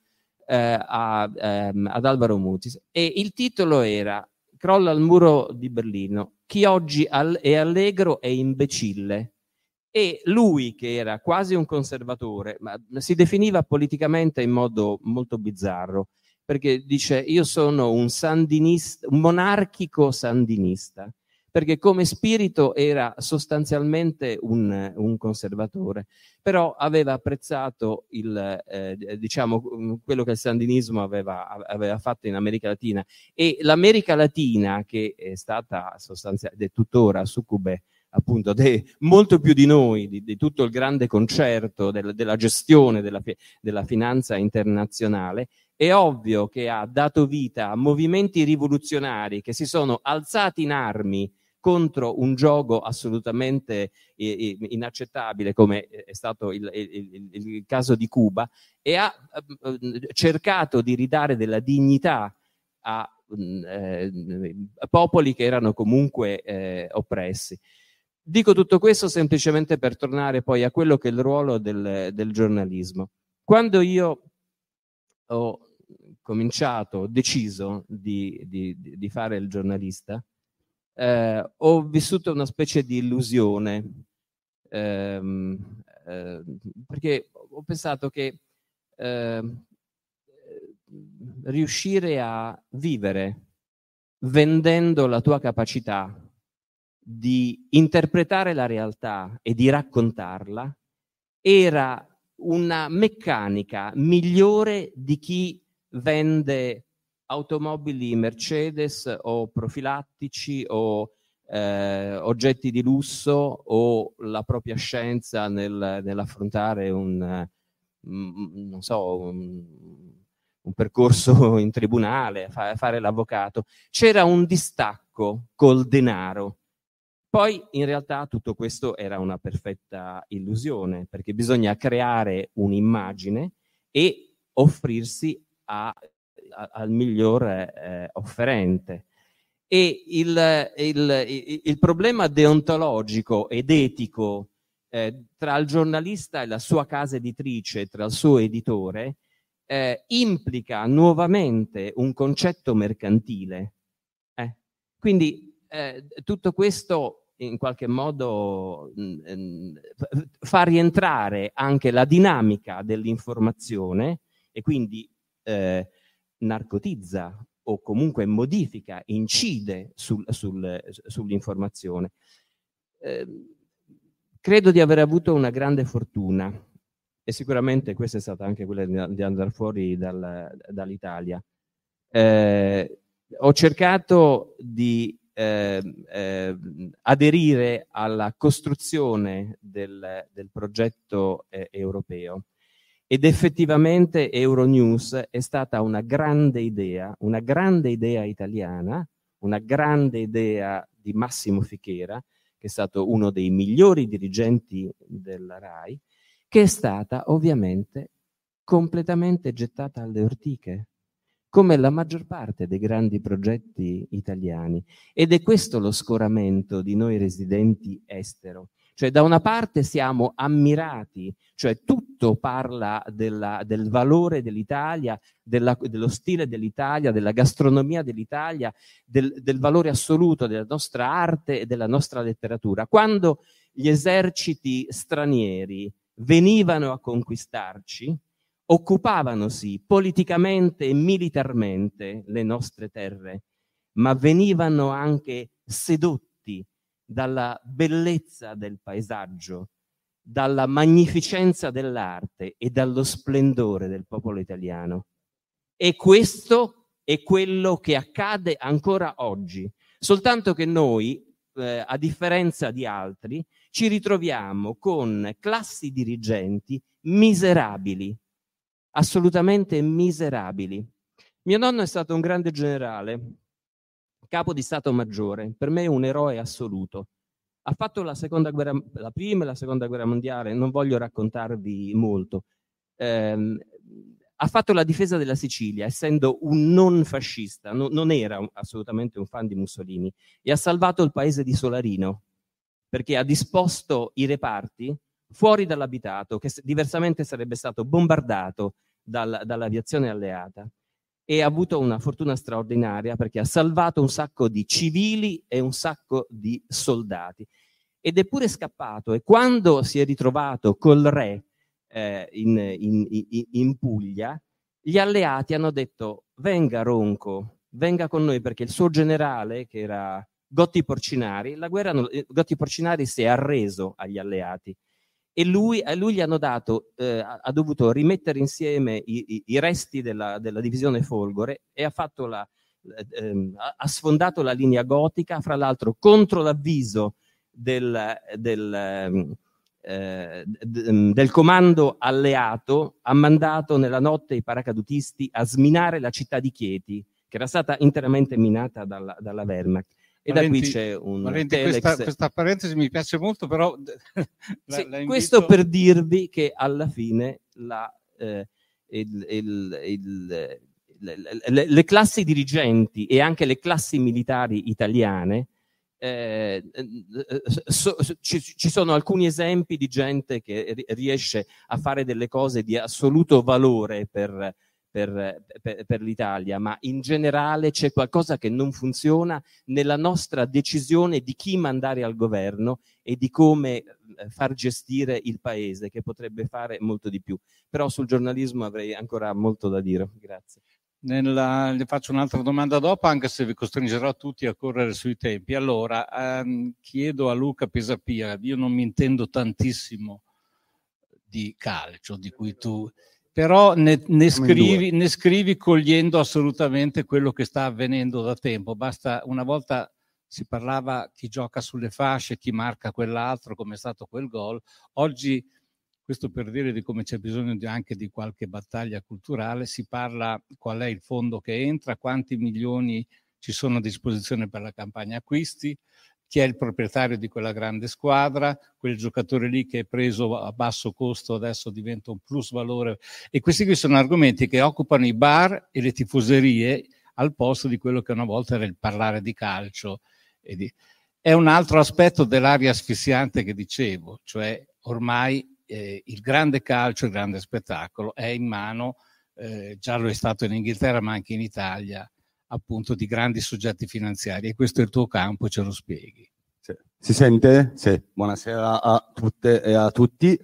ad Alvaro Mutis, e il titolo era: crolla il muro di Berlino, chi oggi è allegro è imbecille. E lui, che era quasi un conservatore, ma si definiva politicamente in modo molto bizzarro, perché dice: io sono un sandinista, un monarchico sandinista, perché come spirito era sostanzialmente un conservatore, però aveva apprezzato diciamo, quello che il sandinismo aveva fatto in America Latina, e l'America Latina, che è stata sostanzialmente, tuttora succube appunto molto più di noi, di tutto il grande concerto della gestione della finanza internazionale, è ovvio che ha dato vita a movimenti rivoluzionari che si sono alzati in armi contro un giogo assolutamente inaccettabile come è stato il caso di Cuba, e ha cercato di ridare della dignità a popoli che erano comunque oppressi. Dico tutto questo semplicemente per tornare poi a quello che è il ruolo del giornalismo. Quando io ho ho deciso di fare il giornalista, ho vissuto una specie di illusione, perché ho pensato che riuscire a vivere vendendo la tua capacità di interpretare la realtà e di raccontarla era una meccanica migliore di chi vende automobili Mercedes o profilattici o oggetti di lusso o la propria scienza nell'affrontare un percorso in tribunale, fare l'avvocato. C'era un distacco col denaro. Poi in realtà tutto questo era una perfetta illusione, perché bisogna creare un'immagine e offrirsi al miglior offerente. E il problema deontologico ed etico tra il giornalista e la sua casa editrice, tra il suo editore, implica nuovamente un concetto mercantile. Quindi tutto questo in qualche modo fa rientrare anche la dinamica dell'informazione e quindi narcotizza o comunque modifica, incide sull'informazione. Credo di aver avuto una grande fortuna e sicuramente questa è stata anche quella di andare fuori dall'Italia. Ho cercato di aderire alla costruzione del progetto europeo ed effettivamente Euronews è stata una grande idea italiana, una grande idea di Massimo Fichera, che è stato uno dei migliori dirigenti della RAI, che è stata ovviamente completamente gettata alle ortiche, come la maggior parte dei grandi progetti italiani. Ed è questo lo scoramento di noi residenti estero. Cioè da una parte siamo ammirati, cioè tutto parla del valore dell'Italia, dello stile dell'Italia, della gastronomia dell'Italia, del valore assoluto della nostra arte e della nostra letteratura. Quando gli eserciti stranieri venivano a conquistarci, occupavano sì politicamente e militarmente le nostre terre, ma venivano anche sedotti dalla bellezza del paesaggio, dalla magnificenza dell'arte e dallo splendore del popolo italiano. E questo è quello che accade ancora oggi, soltanto che noi, a differenza di altri, ci ritroviamo con classi dirigenti miserabili, assolutamente miserabili. Mio nonno è stato un grande generale, capo di Stato Maggiore, per me un eroe assoluto. Ha fatto la prima e la seconda guerra mondiale, non voglio raccontarvi molto. Ha fatto la difesa della Sicilia, essendo un non fascista, non era assolutamente un fan di Mussolini, e ha salvato il paese di Solarino, perché ha disposto i reparti fuori dall'abitato, che diversamente sarebbe stato bombardato dall'aviazione alleata. E ha avuto una fortuna straordinaria perché ha salvato un sacco di civili e un sacco di soldati. Ed è pure scappato, e quando si è ritrovato col re in Puglia, gli alleati hanno detto: venga Ronco, venga con noi, perché il suo generale, che era Gotti Porcinari, Gotti Porcinari si è arreso agli alleati. E a lui gli hanno dato, ha dovuto rimettere insieme i resti della divisione Folgore e ha sfondato la linea gotica, fra l'altro contro l'avviso del comando alleato. Ha mandato nella notte i paracadutisti a sminare la città di Chieti, che era stata interamente minata dalla Wehrmacht. E da qui c'è un questa parentesi mi piace molto, però sì, questo per dirvi che alla fine le classi dirigenti e anche le classi militari italiane, ci sono alcuni esempi di gente che riesce a fare delle cose di assoluto valore per l'Italia, ma in generale c'è qualcosa che non funziona nella nostra decisione di chi mandare al governo e di come far gestire il paese, che potrebbe fare molto di più. Però sul giornalismo avrei ancora molto da dire. Grazie. Le faccio un'altra domanda dopo, anche se vi costringerò tutti a correre sui tempi. Allora, chiedo a Luca Pisapia, io non mi intendo tantissimo di calcio, di cui tu... però ne scrivi cogliendo assolutamente quello che sta avvenendo da tempo. Basta, una volta si parlava chi gioca sulle fasce, chi marca quell'altro, come è stato quel gol. Oggi, questo per dire di come c'è bisogno anche di qualche battaglia culturale, si parla qual è il fondo che entra, quanti milioni ci sono a disposizione per la campagna acquisti, chi è il proprietario di quella grande squadra, quel giocatore lì che è preso a basso costo adesso diventa un plus valore. E questi qui sono argomenti che occupano i bar e le tifoserie al posto di quello che una volta era il parlare di calcio. È un altro aspetto dell'aria asfissiante che dicevo, cioè ormai il grande calcio, il grande spettacolo è in mano, già lo è stato in Inghilterra ma anche in Italia, appunto di grandi soggetti finanziari, e questo è il tuo campo, ce lo spieghi. Sì. Si sente? Sì. Buonasera a tutte e a tutti.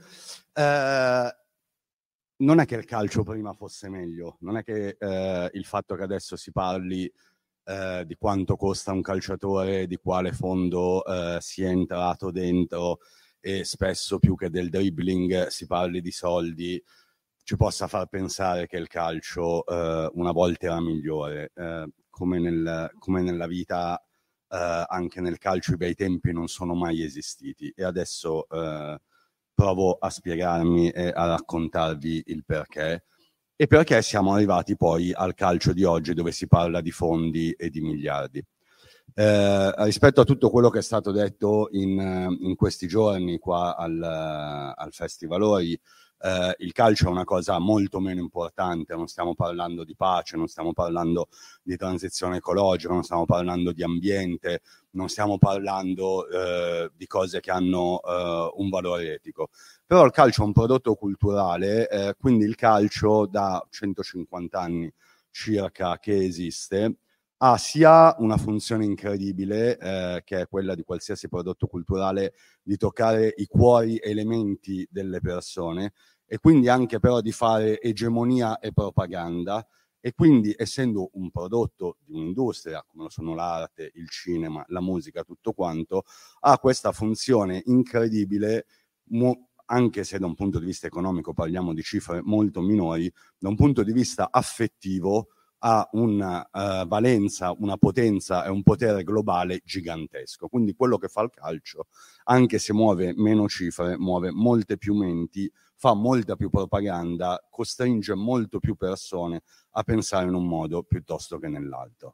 Non è che il calcio prima fosse meglio, non è che il fatto che adesso si parli di quanto costa un calciatore, di quale fondo sia entrato dentro, e spesso più che del dribbling si parli di soldi, ci possa far pensare che il calcio una volta era migliore. Come nella vita, anche nel calcio i bei tempi non sono mai esistiti, e adesso provo a spiegarmi e a raccontarvi il perché, e perché siamo arrivati poi al calcio di oggi, dove si parla di fondi e di miliardi. Rispetto a tutto quello che è stato detto in questi giorni qua al Festivalori, il calcio è una cosa molto meno importante. Non stiamo parlando di pace, non stiamo parlando di transizione ecologica, non stiamo parlando di ambiente, non stiamo parlando di cose che hanno un valore etico. Però il calcio è un prodotto culturale, quindi il calcio da 150 anni circa che esiste ha sia una funzione incredibile, che è quella di qualsiasi prodotto culturale, di toccare i cuori elementi delle persone, e quindi anche però di fare egemonia e propaganda, e quindi essendo un prodotto di un'industria come lo sono l'arte, il cinema, la musica, tutto quanto, ha questa funzione incredibile, anche se da un punto di vista economico parliamo di cifre molto minori, da un punto di vista affettivo ha una valenza, una potenza e un potere globale gigantesco. Quindi quello che fa il calcio, anche se muove meno cifre, muove molte più menti, fa molta più propaganda, costringe molto più persone a pensare in un modo piuttosto che nell'altro.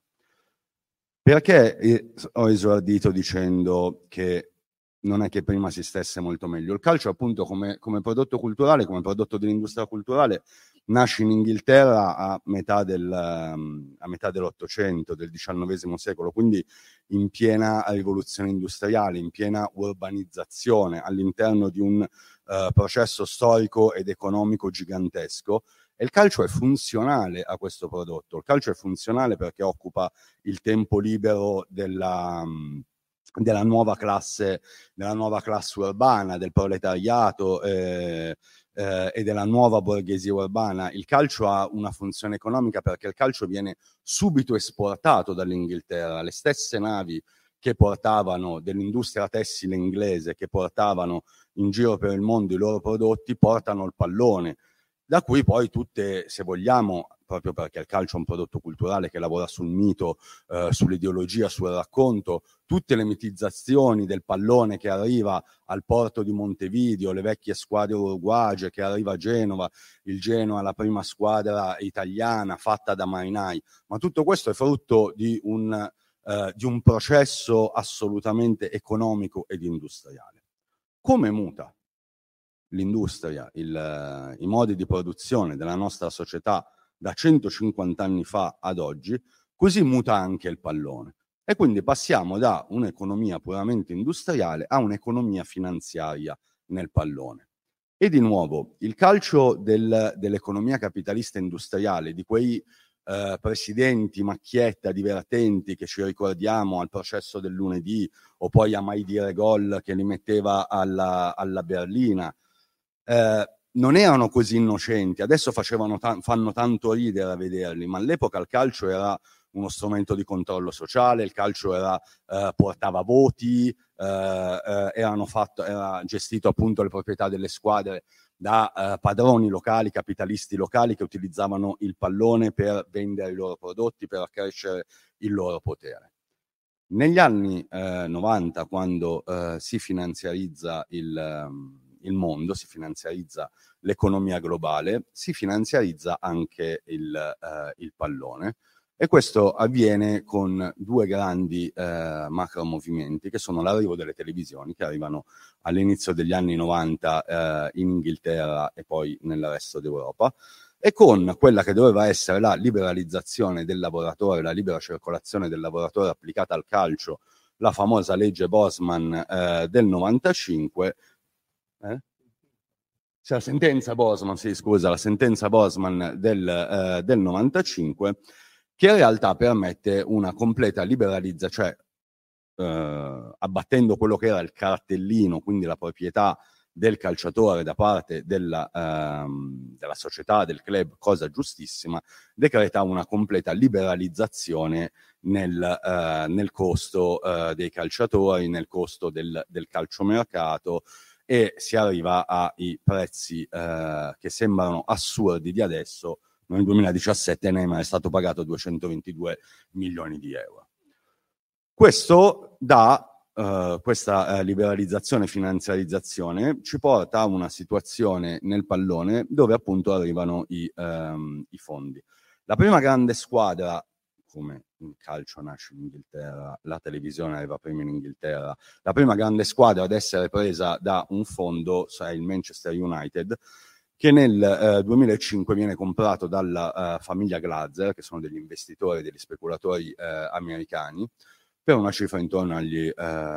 Perché ho esordito dicendo che non è che prima si stesse molto meglio? Il calcio, appunto, come prodotto culturale, come prodotto dell'industria culturale, nasce in Inghilterra a metà dell'Ottocento, del XIX secolo, quindi in piena rivoluzione industriale, in piena urbanizzazione, all'interno di un processo storico ed economico gigantesco. E il calcio è funzionale a questo prodotto. Il calcio è funzionale perché occupa il tempo libero della nuova classe urbana, del proletariato e della nuova borghesia urbana. Il calcio ha una funzione economica perché il calcio viene subito esportato dall'Inghilterra. Le stesse navi che portavano dell'industria tessile inglese, che portavano in giro per il mondo i loro prodotti, portano il pallone, da cui poi tutte, se vogliamo, proprio perché il calcio è un prodotto culturale che lavora sul mito, sull'ideologia, sul racconto, tutte le mitizzazioni del pallone che arriva al porto di Montevideo, le vecchie squadre uruguagie, che arriva a Genova, il Genoa, la prima squadra italiana fatta da marinai, ma tutto questo è frutto di un processo assolutamente economico ed industriale. Come muta l'industria, i modi di produzione della nostra società da 150 anni fa ad oggi, così muta anche il pallone. E quindi passiamo da un'economia puramente industriale a un'economia finanziaria nel pallone. E di nuovo, il calcio dell'economia capitalista industriale, di quei presidenti macchietta divertenti che ci ricordiamo al processo del lunedì, o poi a Mai dire gol che li metteva alla berlina, non erano così innocenti. Adesso fanno tanto ridere a vederli, ma all'epoca il calcio era uno strumento di controllo sociale, il calcio portava voti, era gestito appunto le proprietà delle squadre da padroni locali, capitalisti locali che utilizzavano il pallone per vendere i loro prodotti, per accrescere il loro potere. Negli anni 90, quando si finanziarizza il mondo, si finanziarizza l'economia globale, si finanziarizza anche il pallone, e questo avviene con due grandi macro movimenti, che sono l'arrivo delle televisioni, che arrivano all'inizio degli anni 90 in Inghilterra e poi nel resto d'Europa, e con quella che doveva essere la liberalizzazione del lavoratore, la libera circolazione del lavoratore applicata al calcio, la famosa legge Bosman del 95, la sentenza Bosman, la sentenza Bosman del 95, che in realtà permette una completa liberalizzazione, cioè abbattendo quello che era il cartellino, quindi la proprietà del calciatore da parte della società, del club, cosa giustissima, decreta una completa liberalizzazione nel costo dei calciatori, nel costo del calciomercato, e si arriva ai prezzi che sembrano assurdi di adesso. Nel 2017 Neymar è stato pagato 222 milioni di euro. Questo questa liberalizzazione e finanziarizzazione ci porta a una situazione nel pallone dove appunto arrivano i fondi. La prima grande squadra, come il calcio nasce in Inghilterra, la televisione arriva prima in Inghilterra, la prima grande squadra ad essere presa da un fondo è il Manchester United, che nel 2005 viene comprato dalla famiglia Glazer, che sono degli investitori, degli speculatori americani, per una cifra intorno agli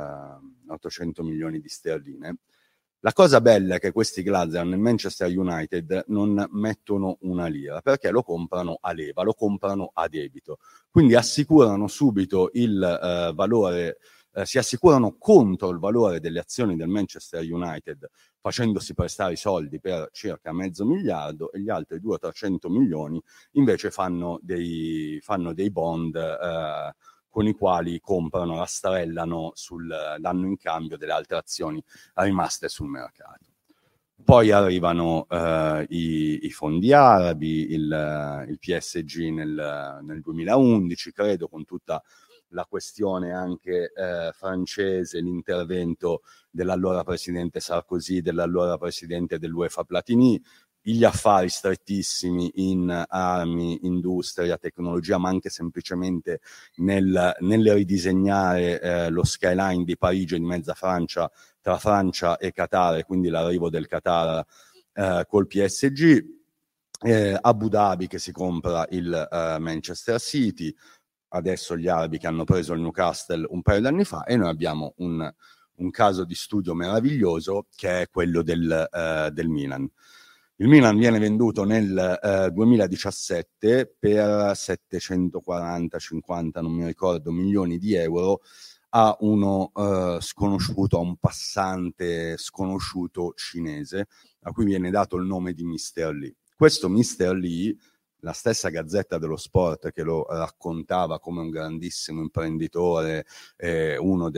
800 milioni di sterline. La cosa bella è che questi Glazer nel Manchester United non mettono una lira, perché lo comprano a leva, lo comprano a debito. Quindi assicurano subito il valore, si assicurano contro il valore delle azioni del Manchester United, facendosi prestare i soldi per circa $500 milioni, e gli altri 200-300 milioni invece fanno dei bond con i quali comprano, rastrellano, danno in cambio delle altre azioni rimaste sul mercato. Poi arrivano i fondi arabi, il PSG nel 2011, credo, con tutta la questione anche francese, l'intervento dell'allora presidente Sarkozy, dell'allora presidente dell'UEFA Platini, gli affari strettissimi in armi, industria, tecnologia, ma anche semplicemente nel ridisegnare lo skyline di Parigi e di mezza Francia, tra Francia e Qatar, e quindi l'arrivo del Qatar col PSG, Abu Dhabi che si compra il Manchester City, adesso gli arabi che hanno preso il Newcastle un paio di anni fa, e noi abbiamo un caso di studio meraviglioso che è quello del Milan. Il Milan viene venduto nel 2017 per 740-50, non mi ricordo, milioni di euro a uno sconosciuto, a un passante sconosciuto cinese, a cui viene dato il nome di Mr. Lee. Questo Mr. Lee, la stessa Gazzetta dello Sport che lo raccontava come un grandissimo imprenditore, uno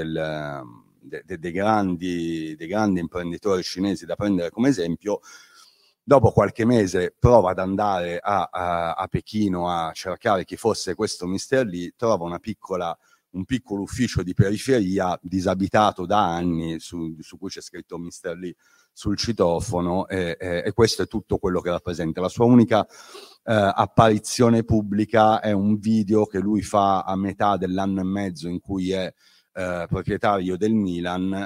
dei grandi imprenditori cinesi da prendere come esempio, dopo qualche mese prova ad andare a Pechino a cercare chi fosse questo Mr. Lee, trova un piccolo ufficio di periferia disabitato da anni, su cui c'è scritto Mr. Lee sul citofono, e questo è tutto quello che rappresenta. La sua unica apparizione pubblica è un video che lui fa a metà dell'anno e mezzo in cui è proprietario del Milan,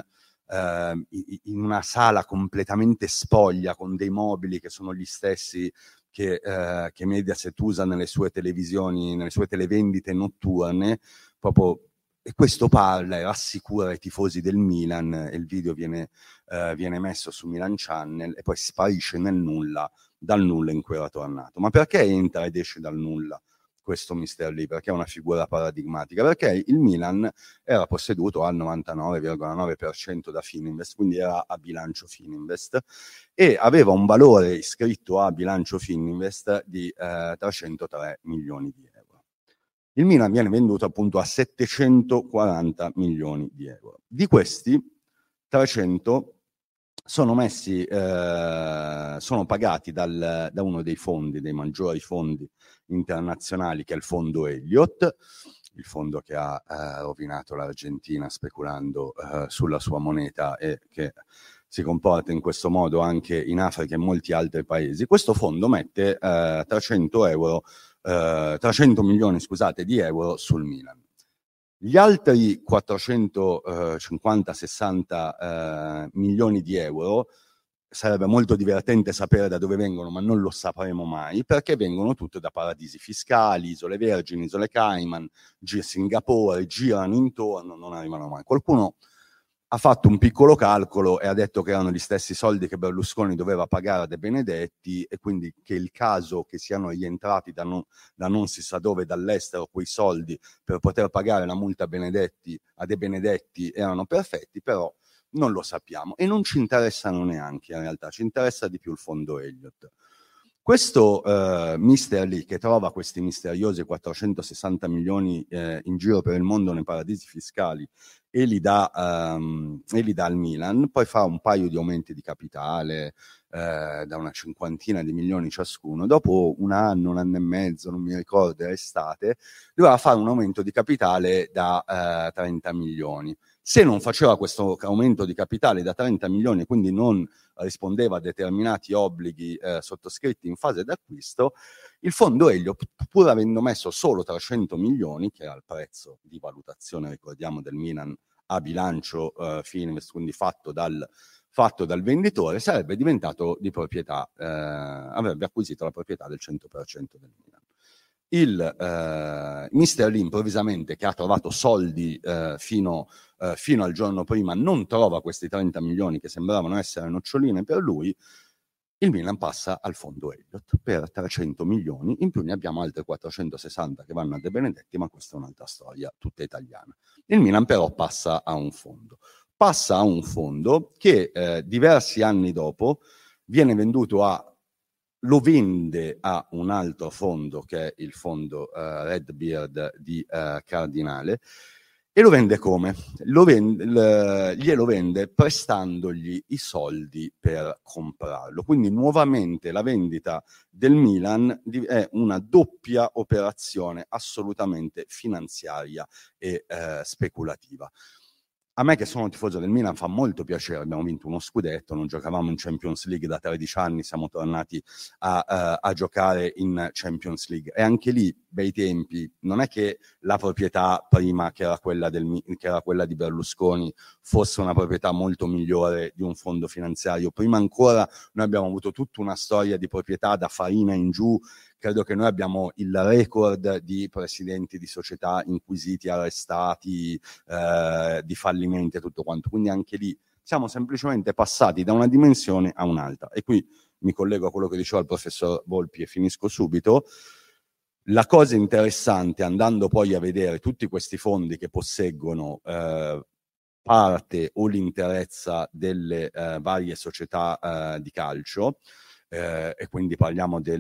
in una sala completamente spoglia, con dei mobili che sono gli stessi che Mediaset usa nelle sue televisioni, nelle sue televendite notturne, proprio, e questo parla e rassicura i tifosi del Milan, e il video viene messo su Milan Channel e poi sparisce dal nulla in cui era tornato. Ma perché entra ed esce dal nulla questo Mr. Lee? Perché è una figura paradigmatica? Perché il Milan era posseduto al 99,9% da Fininvest, quindi era a bilancio Fininvest, e aveva un valore iscritto a bilancio Fininvest di 303 milioni di euro. Il Milan viene venduto appunto a 740 milioni di euro. Di questi 300 sono pagati da uno dei maggiori fondi internazionali, che è il fondo Elliott, il fondo che ha rovinato l'Argentina speculando sulla sua moneta e che si comporta in questo modo anche in Africa e in molti altri paesi. Questo fondo mette 300 milioni di euro sul Milan. Gli altri 450-60 milioni di euro, sarebbe molto divertente sapere da dove vengono, ma non lo sapremo mai, perché vengono tutte da paradisi fiscali, Isole Vergini, Isole Cayman, Singapore, girano intorno, non arrivano mai. Qualcuno ha fatto un piccolo calcolo e ha detto che erano gli stessi soldi che Berlusconi doveva pagare a De Benedetti, e quindi che il caso che siano rientrati da non si sa dove, dall'estero, quei soldi per poter pagare la multa a De Benedetti erano perfetti, però non lo sappiamo e non ci interessano neanche, in realtà ci interessa di più il fondo Elliott. Questo Mr. Lee, che trova questi misteriosi 460 milioni in giro per il mondo nei paradisi fiscali e li dà al Milan, poi fa un paio di aumenti di capitale da una cinquantina di milioni ciascuno. Dopo un anno e mezzo, non mi ricordo, estate, doveva fare un aumento di capitale da 30 milioni. Se non faceva questo aumento di capitale da 30 milioni, quindi non rispondeva a determinati obblighi sottoscritti in fase d'acquisto, il fondo Elliott, pur avendo messo solo 300 milioni, che era il prezzo di valutazione, ricordiamo, del Milan a bilancio Fininvest, quindi fatto dal venditore, sarebbe diventato di proprietà, avrebbe acquisito la proprietà del 100% del Milan. Il Mr. Lee, improvvisamente, che ha trovato soldi fino al giorno prima, non trova questi 30 milioni che sembravano essere noccioline per lui. Il Milan passa al fondo Elliott per 300 milioni, in più ne abbiamo altri 460 che vanno a De Benedetti, ma questa è un'altra storia tutta italiana. Il Milan però passa a un fondo che diversi anni dopo viene venduto lo vende a un altro fondo, che è il fondo Redbeard di Cardinale, e lo vende come? Glielo vende prestandogli i soldi per comprarlo. Quindi nuovamente la vendita del Milan è una doppia operazione assolutamente finanziaria e speculativa. A me, che sono tifoso del Milan, fa molto piacere. Abbiamo vinto uno scudetto, non giocavamo in Champions League da 13 anni, siamo tornati a giocare in Champions League. E anche lì, bei tempi, non è che la proprietà prima, che era quella di Berlusconi, fosse una proprietà molto migliore di un fondo finanziario. Prima ancora noi abbiamo avuto tutta una storia di proprietà da Farina in giù. Credo che noi abbiamo il record di presidenti di società inquisiti, arrestati, di fallimenti e tutto quanto. Quindi anche lì siamo semplicemente passati da una dimensione a un'altra. E qui mi collego a quello che diceva il professor Volpi e finisco subito. La cosa interessante, andando poi a vedere tutti questi fondi che posseggono parte o l'interezza delle varie società di calcio, e quindi parliamo di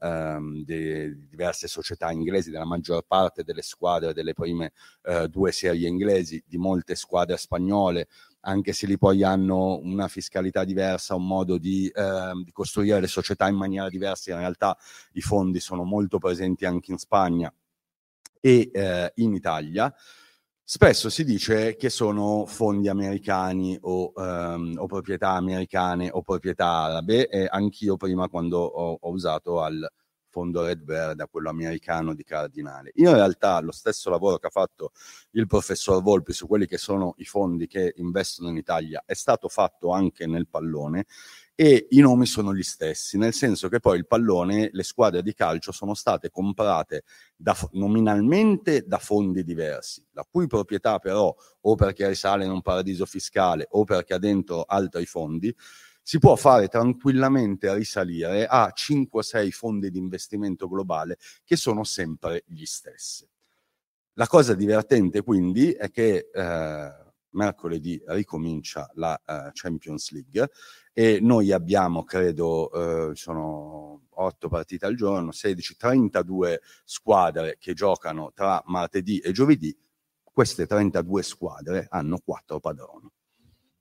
diverse società inglesi, della maggior parte delle squadre delle prime due serie inglesi, di molte squadre spagnole, anche se lì poi hanno una fiscalità diversa, un modo di costruire le società in maniera diversa. In realtà i fondi sono molto presenti anche in Spagna e in Italia. Spesso si dice che sono fondi americani o proprietà americane o proprietà arabe, e anch'io prima, quando ho usato al fondo Redbeard, da quello americano di Cardinale. In realtà lo stesso lavoro che ha fatto il professor Volpi su quelli che sono i fondi che investono in Italia è stato fatto anche nel pallone, e i nomi sono gli stessi, nel senso che poi il pallone, le squadre di calcio sono state comprate nominalmente da fondi diversi, la cui proprietà però, o perché risale in un paradiso fiscale o perché ha dentro altri fondi, si può fare tranquillamente risalire a 5-6 fondi di investimento globale che sono sempre gli stessi. La cosa divertente quindi è che mercoledì ricomincia la Champions League e noi abbiamo, credo, sono 8 partite al giorno, 32 squadre che giocano tra martedì e giovedì. Queste 32 squadre hanno 4 padroni.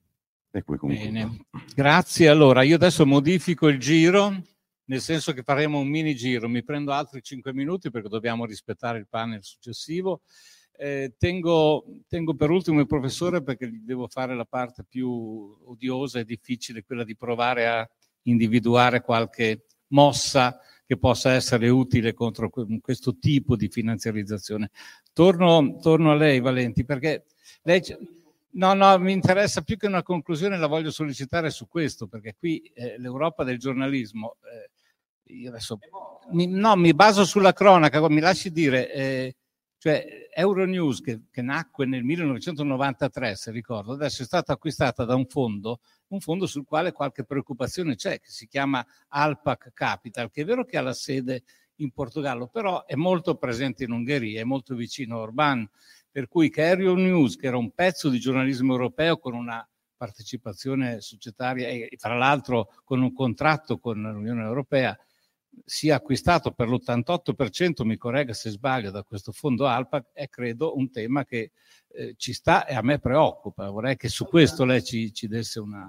E qui bene, grazie. Allora, io adesso modifico il giro, nel senso che faremo un mini giro. Mi prendo altri 5 minuti perché dobbiamo rispettare il panel successivo. Tengo per ultimo il professore perché gli devo fare la parte più odiosa e difficile, quella di provare a individuare qualche mossa che possa essere utile contro questo tipo di finanziarizzazione. Torno a lei, Valenti, perché lei... No, mi interessa più che una conclusione, la voglio sollecitare su questo, perché qui l'Europa del giornalismo, io adesso mi baso sulla cronaca, mi lasci dire, cioè Euronews che nacque nel 1993, se ricordo, adesso è stata acquistata da un fondo sul quale qualche preoccupazione c'è, che si chiama Alpac Capital, che è vero che ha la sede in Portogallo, però è molto presente in Ungheria, è molto vicino a Orbán, per cui che Euronews, che era un pezzo di giornalismo europeo con una partecipazione societaria e tra l'altro con un contratto con l'Unione Europea, sia acquistato per l'88%, mi corregga se sbaglio, da questo fondo Alpac, è credo un tema che ci sta e a me preoccupa. Vorrei che su questo lei ci desse una...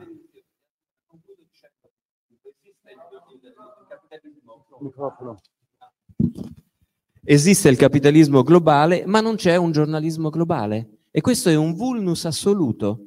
Microfono. Esiste il capitalismo globale, ma non c'è un giornalismo globale. E questo è un vulnus assoluto.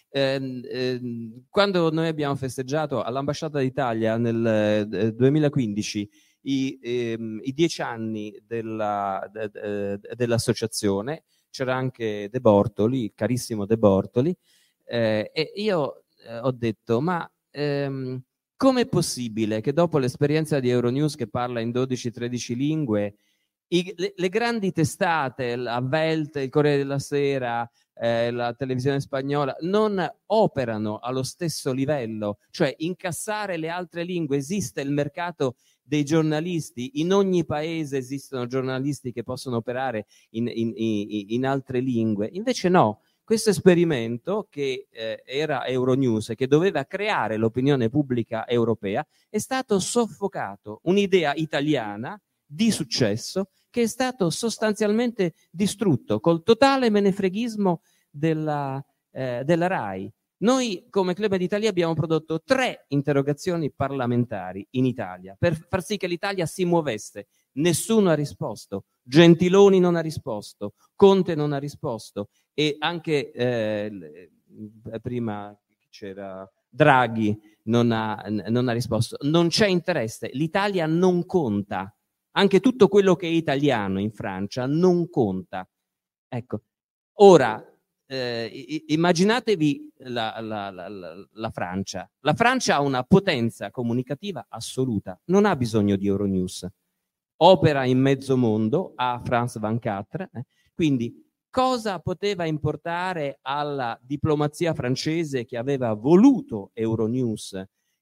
Quando noi abbiamo festeggiato all'Ambasciata d'Italia nel 2015 i 10 anni dell'associazione, c'era anche De Bortoli, il carissimo De Bortoli, e io ho detto, ma com'è possibile che dopo l'esperienza di Euronews, che parla in 12-13 lingue, le grandi testate, la Welt, il Corriere della Sera, la televisione spagnola, non operano allo stesso livello, cioè incassare le altre lingue? Esiste il mercato dei giornalisti, in ogni paese esistono giornalisti che possono operare in altre lingue, invece no. Questo esperimento, che era Euronews e che doveva creare l'opinione pubblica europea, è stato soffocato. Un'idea italiana di successo che è stato sostanzialmente distrutto col totale menefreghismo della RAI. Noi come Club d'Italia abbiamo prodotto 3 interrogazioni parlamentari in Italia per far sì che l'Italia si muovesse. Nessuno ha risposto. Gentiloni non ha risposto, Conte non ha risposto e anche prima c'era Draghi non ha risposto. Non c'è interesse, l'Italia non conta. Anche tutto quello che è italiano in Francia non conta. Ecco, ora immaginatevi la Francia. La Francia ha una potenza comunicativa assoluta, non ha bisogno di Euronews. Opera in mezzo mondo, a France 24, quindi cosa poteva importare alla diplomazia francese che aveva voluto Euronews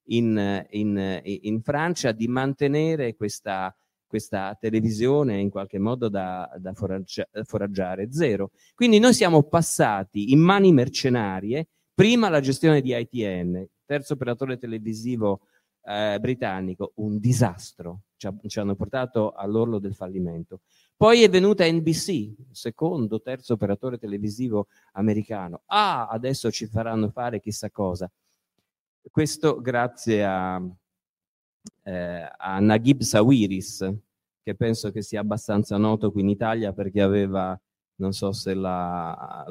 in Francia di mantenere questa televisione in qualche modo da foraggiare? Zero. Quindi noi siamo passati in mani mercenarie, prima la gestione di ITN, terzo operatore televisivo britannico, un disastro, ci hanno portato all'orlo del fallimento. Poi è venuta NBC, secondo, terzo operatore televisivo americano. Adesso ci faranno fare chissà cosa. Questo grazie a Naguib Sawiris, che penso che sia abbastanza noto qui in Italia perché aveva, non so se la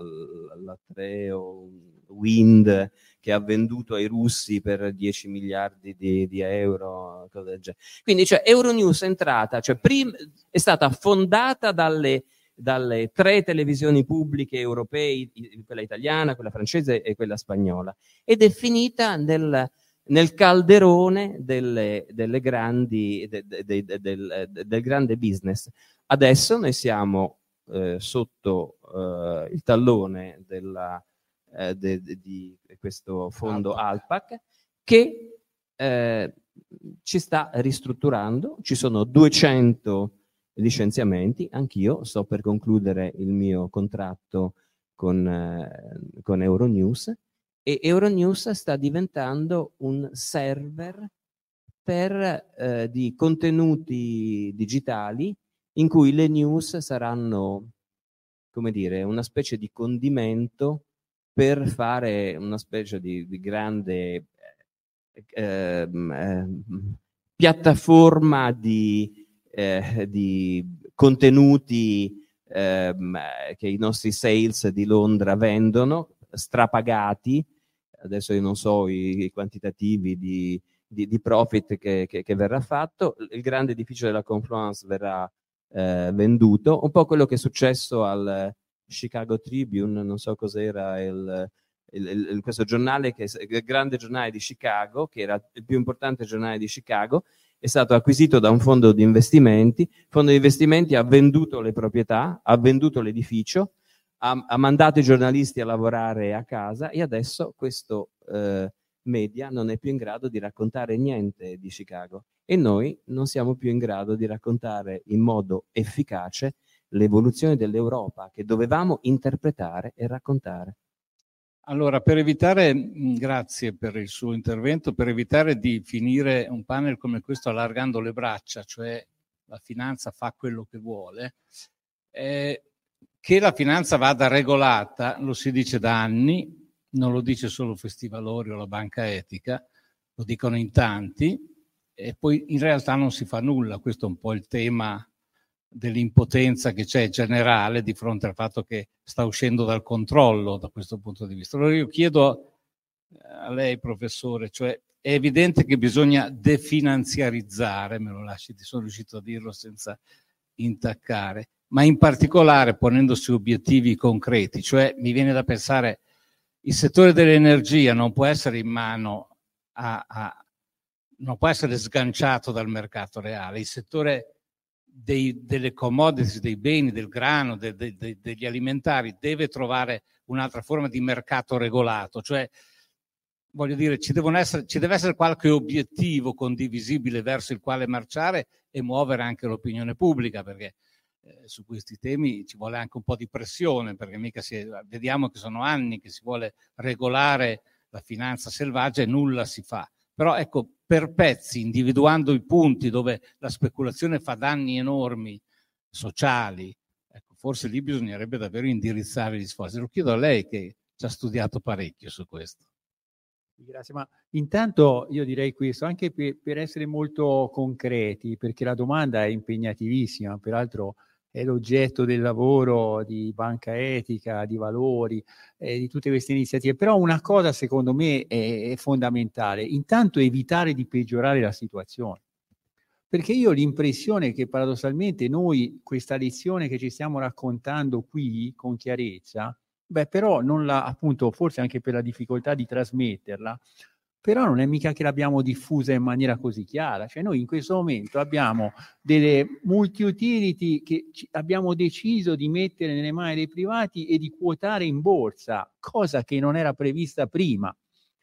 Treo Wind, che ha venduto ai russi per 10 miliardi di euro, cosa del genere. Quindi cioè, Euronews è entrata, cioè, è stata fondata dalle 3 televisioni pubbliche europee, quella italiana, quella francese e quella spagnola, ed è finita nel calderone del grande business. Adesso noi siamo sotto il tallone di questo fondo Alpac che ci sta ristrutturando. Ci sono 200 licenziamenti, anch'io sto per concludere il mio contratto con Euronews, e Euronews sta diventando un server di contenuti digitali in cui le news saranno, come dire, una specie di condimento per fare una specie di grande piattaforma di contenuti che i nostri sales di Londra vendono, strapagati. Adesso io non so i quantitativi di profit che verrà fatto. Il grande edificio della Confluence verrà venduto, un po' quello che è successo al Chicago Tribune, non so cos'era questo giornale, che è il grande giornale di Chicago, che era il più importante giornale di Chicago, è stato acquisito da un fondo di investimenti. Il fondo di investimenti ha venduto le proprietà, ha venduto l'edificio, ha mandato i giornalisti a lavorare a casa, e adesso questo media non è più in grado di raccontare niente di Chicago, e noi non siamo più in grado di raccontare in modo efficace l'evoluzione dell'Europa che dovevamo interpretare e raccontare. Allora, per evitare, grazie per il suo intervento, per evitare di finire un panel come questo allargando le braccia, cioè la finanza fa quello che vuole, che la finanza vada regolata lo si dice da anni, non lo dice solo Festivalori o la Banca Etica, lo dicono in tanti, e poi in realtà non si fa nulla. Questo è un po' il tema dell'impotenza che c'è generale di fronte al fatto che sta uscendo dal controllo da questo punto di vista. Allora io chiedo a lei, professore, cioè è evidente che bisogna definanziarizzare, me lo lasci, sono riuscito a dirlo senza intaccare, ma in particolare ponendosi obiettivi concreti, cioè mi viene da pensare il settore dell'energia non può essere in mano non può essere sganciato dal mercato reale, il settore delle commodities, dei beni, del grano, degli alimentari deve trovare un'altra forma di mercato regolato, cioè voglio dire ci deve essere qualche obiettivo condivisibile verso il quale marciare e muovere anche l'opinione pubblica, perché su questi temi ci vuole anche un po' di pressione, perché vediamo che sono anni che si vuole regolare la finanza selvaggia e nulla si fa. Però ecco, per pezzi, individuando i punti dove la speculazione fa danni enormi sociali, ecco, forse lì bisognerebbe davvero indirizzare gli sforzi. Lo chiedo a lei che ci ha studiato parecchio su questo. Grazie, ma intanto io direi questo, anche per essere molto concreti, perché la domanda è impegnativissima, peraltro è l'oggetto del lavoro di Banca Etica, di Valori, di tutte queste iniziative. Però una cosa secondo me è fondamentale, intanto evitare di peggiorare la situazione, perché io ho l'impressione che paradossalmente noi questa lezione che ci stiamo raccontando qui con chiarezza, però non la, appunto, forse anche per la difficoltà di trasmetterla, però non è mica che l'abbiamo diffusa in maniera così chiara. Cioè noi in questo momento abbiamo delle multi-utility che abbiamo deciso di mettere nelle mani dei privati e di quotare in borsa, cosa che non era prevista prima.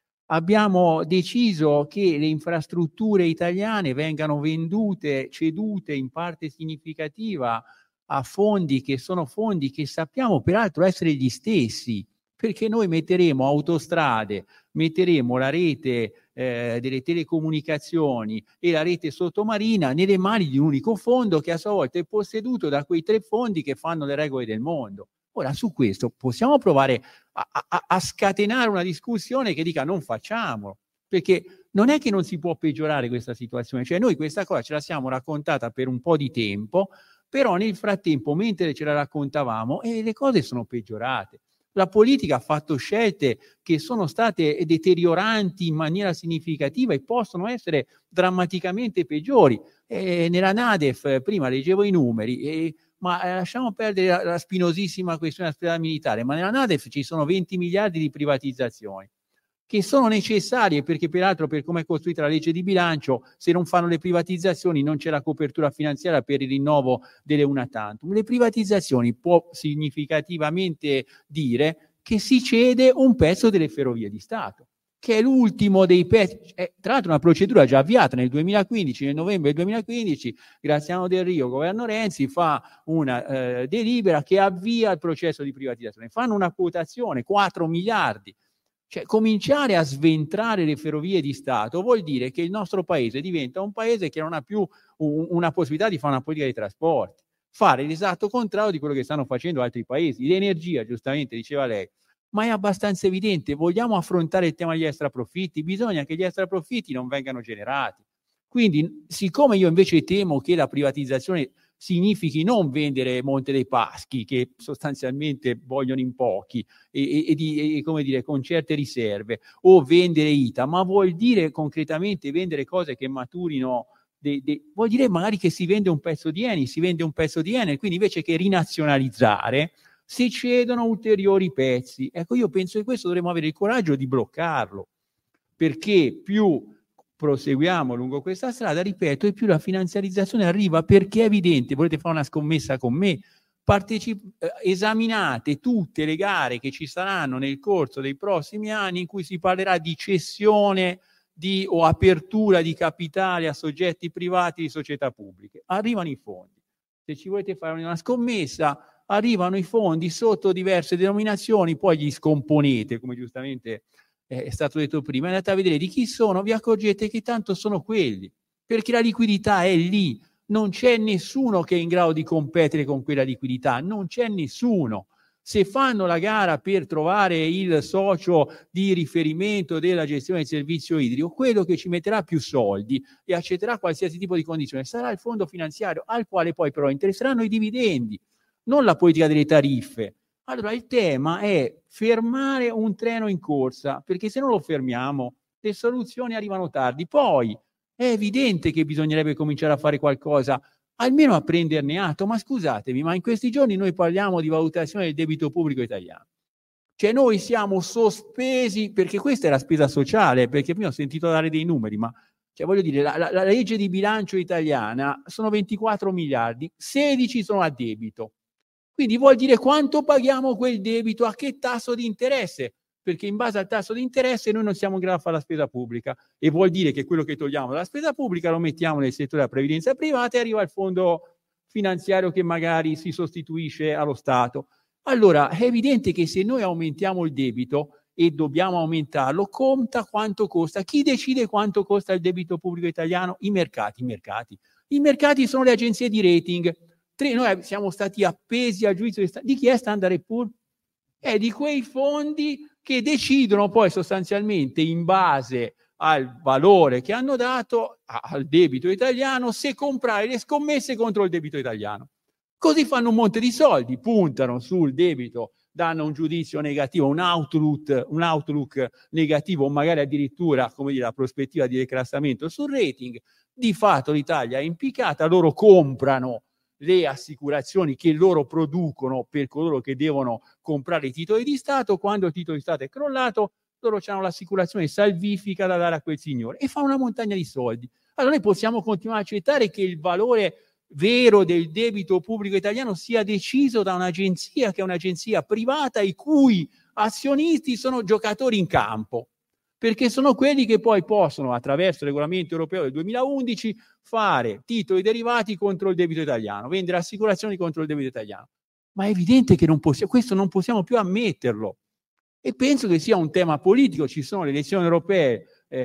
Abbiamo deciso che le infrastrutture italiane vengano vendute, cedute in parte significativa a fondi che sono fondi che sappiamo peraltro essere gli stessi, perché noi metteremo autostrade, metteremo la rete delle telecomunicazioni e la rete sottomarina nelle mani di un unico fondo che a sua volta è posseduto da quei 3 fondi che fanno le regole del mondo. Ora, su questo possiamo provare a scatenare una discussione che dica non facciamolo, perché non è che non si può peggiorare questa situazione, cioè noi questa cosa ce la siamo raccontata per un po' di tempo, però nel frattempo, mentre ce la raccontavamo, le cose sono peggiorate. La politica ha fatto scelte che sono state deterioranti in maniera significativa e possono essere drammaticamente peggiori. Nella NADEF, prima leggevo i numeri, ma lasciamo perdere la spinosissima questione dell'ospedale militare, ma nella NADEF ci sono 20 miliardi di privatizzazioni che sono necessarie, perché peraltro per come è costruita la legge di bilancio, se non fanno le privatizzazioni non c'è la copertura finanziaria per il rinnovo delle una tantum. Le privatizzazioni può significativamente dire che si cede un pezzo delle ferrovie di Stato, che è l'ultimo dei pezzi, tra l'altro una procedura già avviata nel 2015, nel novembre del 2015, Graziano Del Rio, governo Renzi, fa una delibera che avvia il processo di privatizzazione, fanno una quotazione, 4 miliardi. Cioè, cominciare a sventrare le ferrovie di Stato vuol dire che il nostro paese diventa un paese che non ha più una possibilità di fare una politica di trasporti, fare l'esatto contrario di quello che stanno facendo altri paesi. L'energia, giustamente diceva lei, ma è abbastanza evidente. Vogliamo affrontare il tema degli extraprofitti? Bisogna che gli extraprofitti non vengano generati. Quindi, siccome io invece temo che la privatizzazione significhi non vendere Monte dei Paschi, che sostanzialmente vogliono in pochi, e come dire, con certe riserve, o vendere ITA, ma vuol dire concretamente vendere cose che maturino, vuol dire magari che si vende un pezzo di Eni, quindi invece che rinazionalizzare si cedono ulteriori pezzi. Ecco, io penso che questo dovremmo avere il coraggio di bloccarlo, perché più proseguiamo lungo questa strada, ripeto, e più la finanziarizzazione arriva, perché è evidente. Volete fare una scommessa con me? Esaminate tutte le gare che ci saranno nel corso dei prossimi anni in cui si parlerà di cessione o apertura di capitale a soggetti privati di società pubbliche. Arrivano i fondi. Se ci volete fare una scommessa, arrivano i fondi sotto diverse denominazioni, poi li scomponete, come giustamente è stato detto prima, andate a vedere di chi sono, vi accorgete che tanto sono quelli, perché la liquidità è lì, non c'è nessuno che è in grado di competere con quella liquidità, non c'è nessuno. Se fanno la gara per trovare il socio di riferimento della gestione del servizio idrico, quello che ci metterà più soldi e accetterà qualsiasi tipo di condizione sarà il fondo finanziario, al quale poi però interesseranno i dividendi, non la politica delle tariffe. Allora il tema è fermare un treno in corsa, perché se non lo fermiamo le soluzioni arrivano tardi. Poi è evidente che bisognerebbe cominciare a fare qualcosa, almeno a prenderne atto. Ma scusatemi, ma in questi giorni noi parliamo di valutazione del debito pubblico italiano. Cioè noi siamo sospesi, perché questa è la spesa sociale, perché prima ho sentito dare dei numeri, ma cioè voglio dire, la legge di bilancio italiana sono 24 miliardi, 16 sono a debito. Quindi vuol dire quanto paghiamo quel debito, a che tasso di interesse, perché in base al tasso di interesse noi non siamo in grado di fare la spesa pubblica, e vuol dire che quello che togliamo dalla spesa pubblica lo mettiamo nel settore della previdenza privata e arriva al fondo finanziario che magari si sostituisce allo Stato. Allora è evidente che se noi aumentiamo il debito, e dobbiamo aumentarlo, conta quanto costa. Chi decide quanto costa il debito pubblico italiano? I mercati. I mercati sono le agenzie di rating. Noi siamo stati appesi al giudizio di chi è Standard & Poor's? È di quei fondi che decidono poi sostanzialmente in base al valore che hanno dato al debito italiano se comprare le scommesse contro il debito italiano. Così fanno un monte di soldi, puntano sul debito, danno un giudizio negativo, un outlook negativo, o magari addirittura, come dire, la prospettiva di declassamento sul rating. Di fatto l'Italia è impiccata, loro comprano le assicurazioni che loro producono per coloro che devono comprare i titoli di Stato. Quando il titolo di Stato è crollato, loro hanno l'assicurazione salvifica da dare a quel signore e fa una montagna di soldi. Allora noi possiamo continuare a accettare che il valore vero del debito pubblico italiano sia deciso da un'agenzia che è un'agenzia privata, i cui azionisti sono giocatori in campo, perché sono quelli che poi possono, attraverso il regolamento europeo del 2011, fare titoli derivati contro il debito italiano, vendere assicurazioni contro il debito italiano. Ma è evidente che questo non possiamo più ammetterlo. E penso che sia un tema politico, ci sono le elezioni europee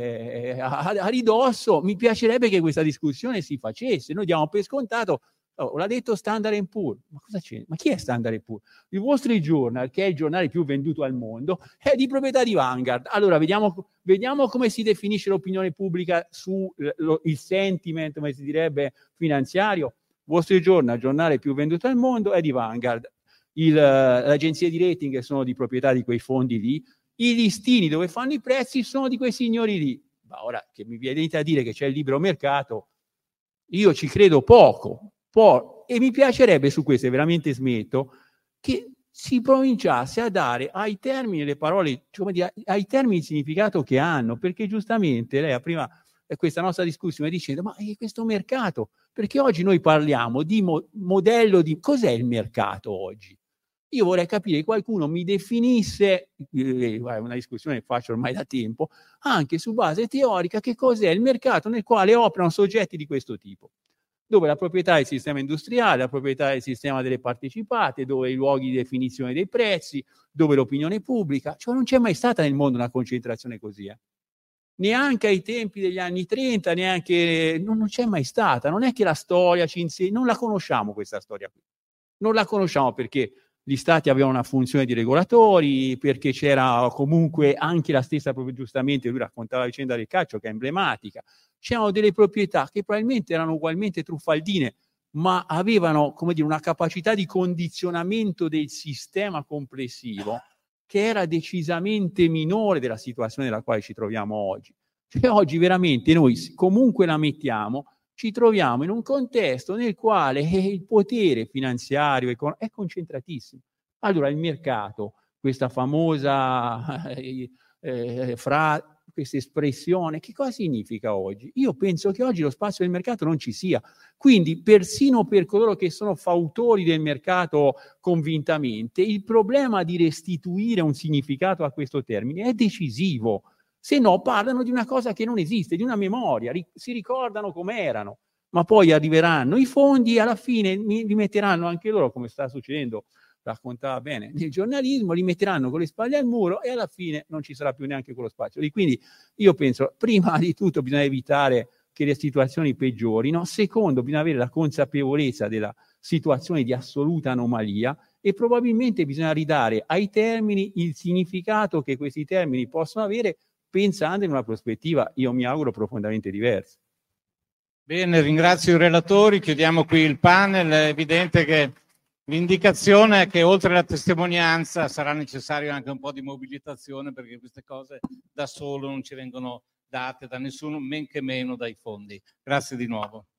a ridosso, mi piacerebbe che questa discussione si facesse. Noi diamo per scontato, l'ha detto Standard & Poor's, ma cosa c'è? Ma chi è Standard & Poor's? Il Wall Street Journal, che è il giornale più venduto al mondo, è di proprietà di Vanguard. Allora vediamo come si definisce l'opinione pubblica sul sentiment, come si direbbe, finanziario. Wall Street Journal, il giornale più venduto al mondo, è di Vanguard. Le agenzie di rating sono di proprietà di quei fondi lì, i listini dove fanno i prezzi sono di quei signori lì. Ma ora che mi viene a dire che c'è il libero mercato, io ci credo poco, e mi piacerebbe, su questo e veramente smetto, che si cominciasse a dare ai termini le parole, cioè, ai termini il significato che hanno, perché giustamente lei prima questa nostra discussione dicendo ma è questo mercato, perché oggi noi parliamo di modello di cos'è il mercato oggi. Io vorrei capire che qualcuno mi definisse, una discussione che faccio ormai da tempo, anche su base teorica, che cos'è il mercato nel quale operano soggetti di questo tipo, dove la proprietà del sistema industriale, la proprietà del sistema delle partecipate, dove i luoghi di definizione dei prezzi, dove l'opinione pubblica, cioè non c'è mai stata nel mondo una concentrazione così, neanche ai tempi degli anni 30, non c'è mai stata. Non è che la storia ci insegna, non la conosciamo questa storia qui, non la conosciamo perché gli stati avevano una funzione di regolatori, perché c'era comunque anche la stessa, proprio giustamente, lui raccontava la vicenda del calcio che è emblematica, c'erano delle proprietà che probabilmente erano ugualmente truffaldine, ma avevano, come dire, una capacità di condizionamento del sistema complessivo che era decisamente minore della situazione nella quale ci troviamo oggi. Cioè oggi veramente noi, comunque la mettiamo, ci troviamo in un contesto nel quale il potere finanziario è concentratissimo. Allora il mercato, questa famosa questa espressione, che cosa significa oggi? Io penso che oggi lo spazio del mercato non ci sia. Quindi persino per coloro che sono fautori del mercato convintamente, il problema di restituire un significato a questo termine è decisivo. Se no parlano di una cosa che non esiste, di una memoria, si ricordano com'erano, ma poi arriveranno i fondi e alla fine li metteranno anche loro, come sta succedendo, raccontava bene, nel giornalismo, li metteranno con le spalle al muro e alla fine non ci sarà più neanche quello spazio. E quindi io penso, prima di tutto bisogna evitare che le situazioni peggiorino, secondo bisogna avere la consapevolezza della situazione di assoluta anomalia e probabilmente bisogna ridare ai termini il significato che questi termini possono avere, pensando in una prospettiva, io mi auguro, profondamente diversa. Bene, ringrazio i relatori, chiudiamo qui il panel. È evidente che l'indicazione è che oltre alla testimonianza sarà necessario anche un po' di mobilitazione, perché queste cose da solo non ci vengono date da nessuno, men che meno dai fondi. Grazie di nuovo.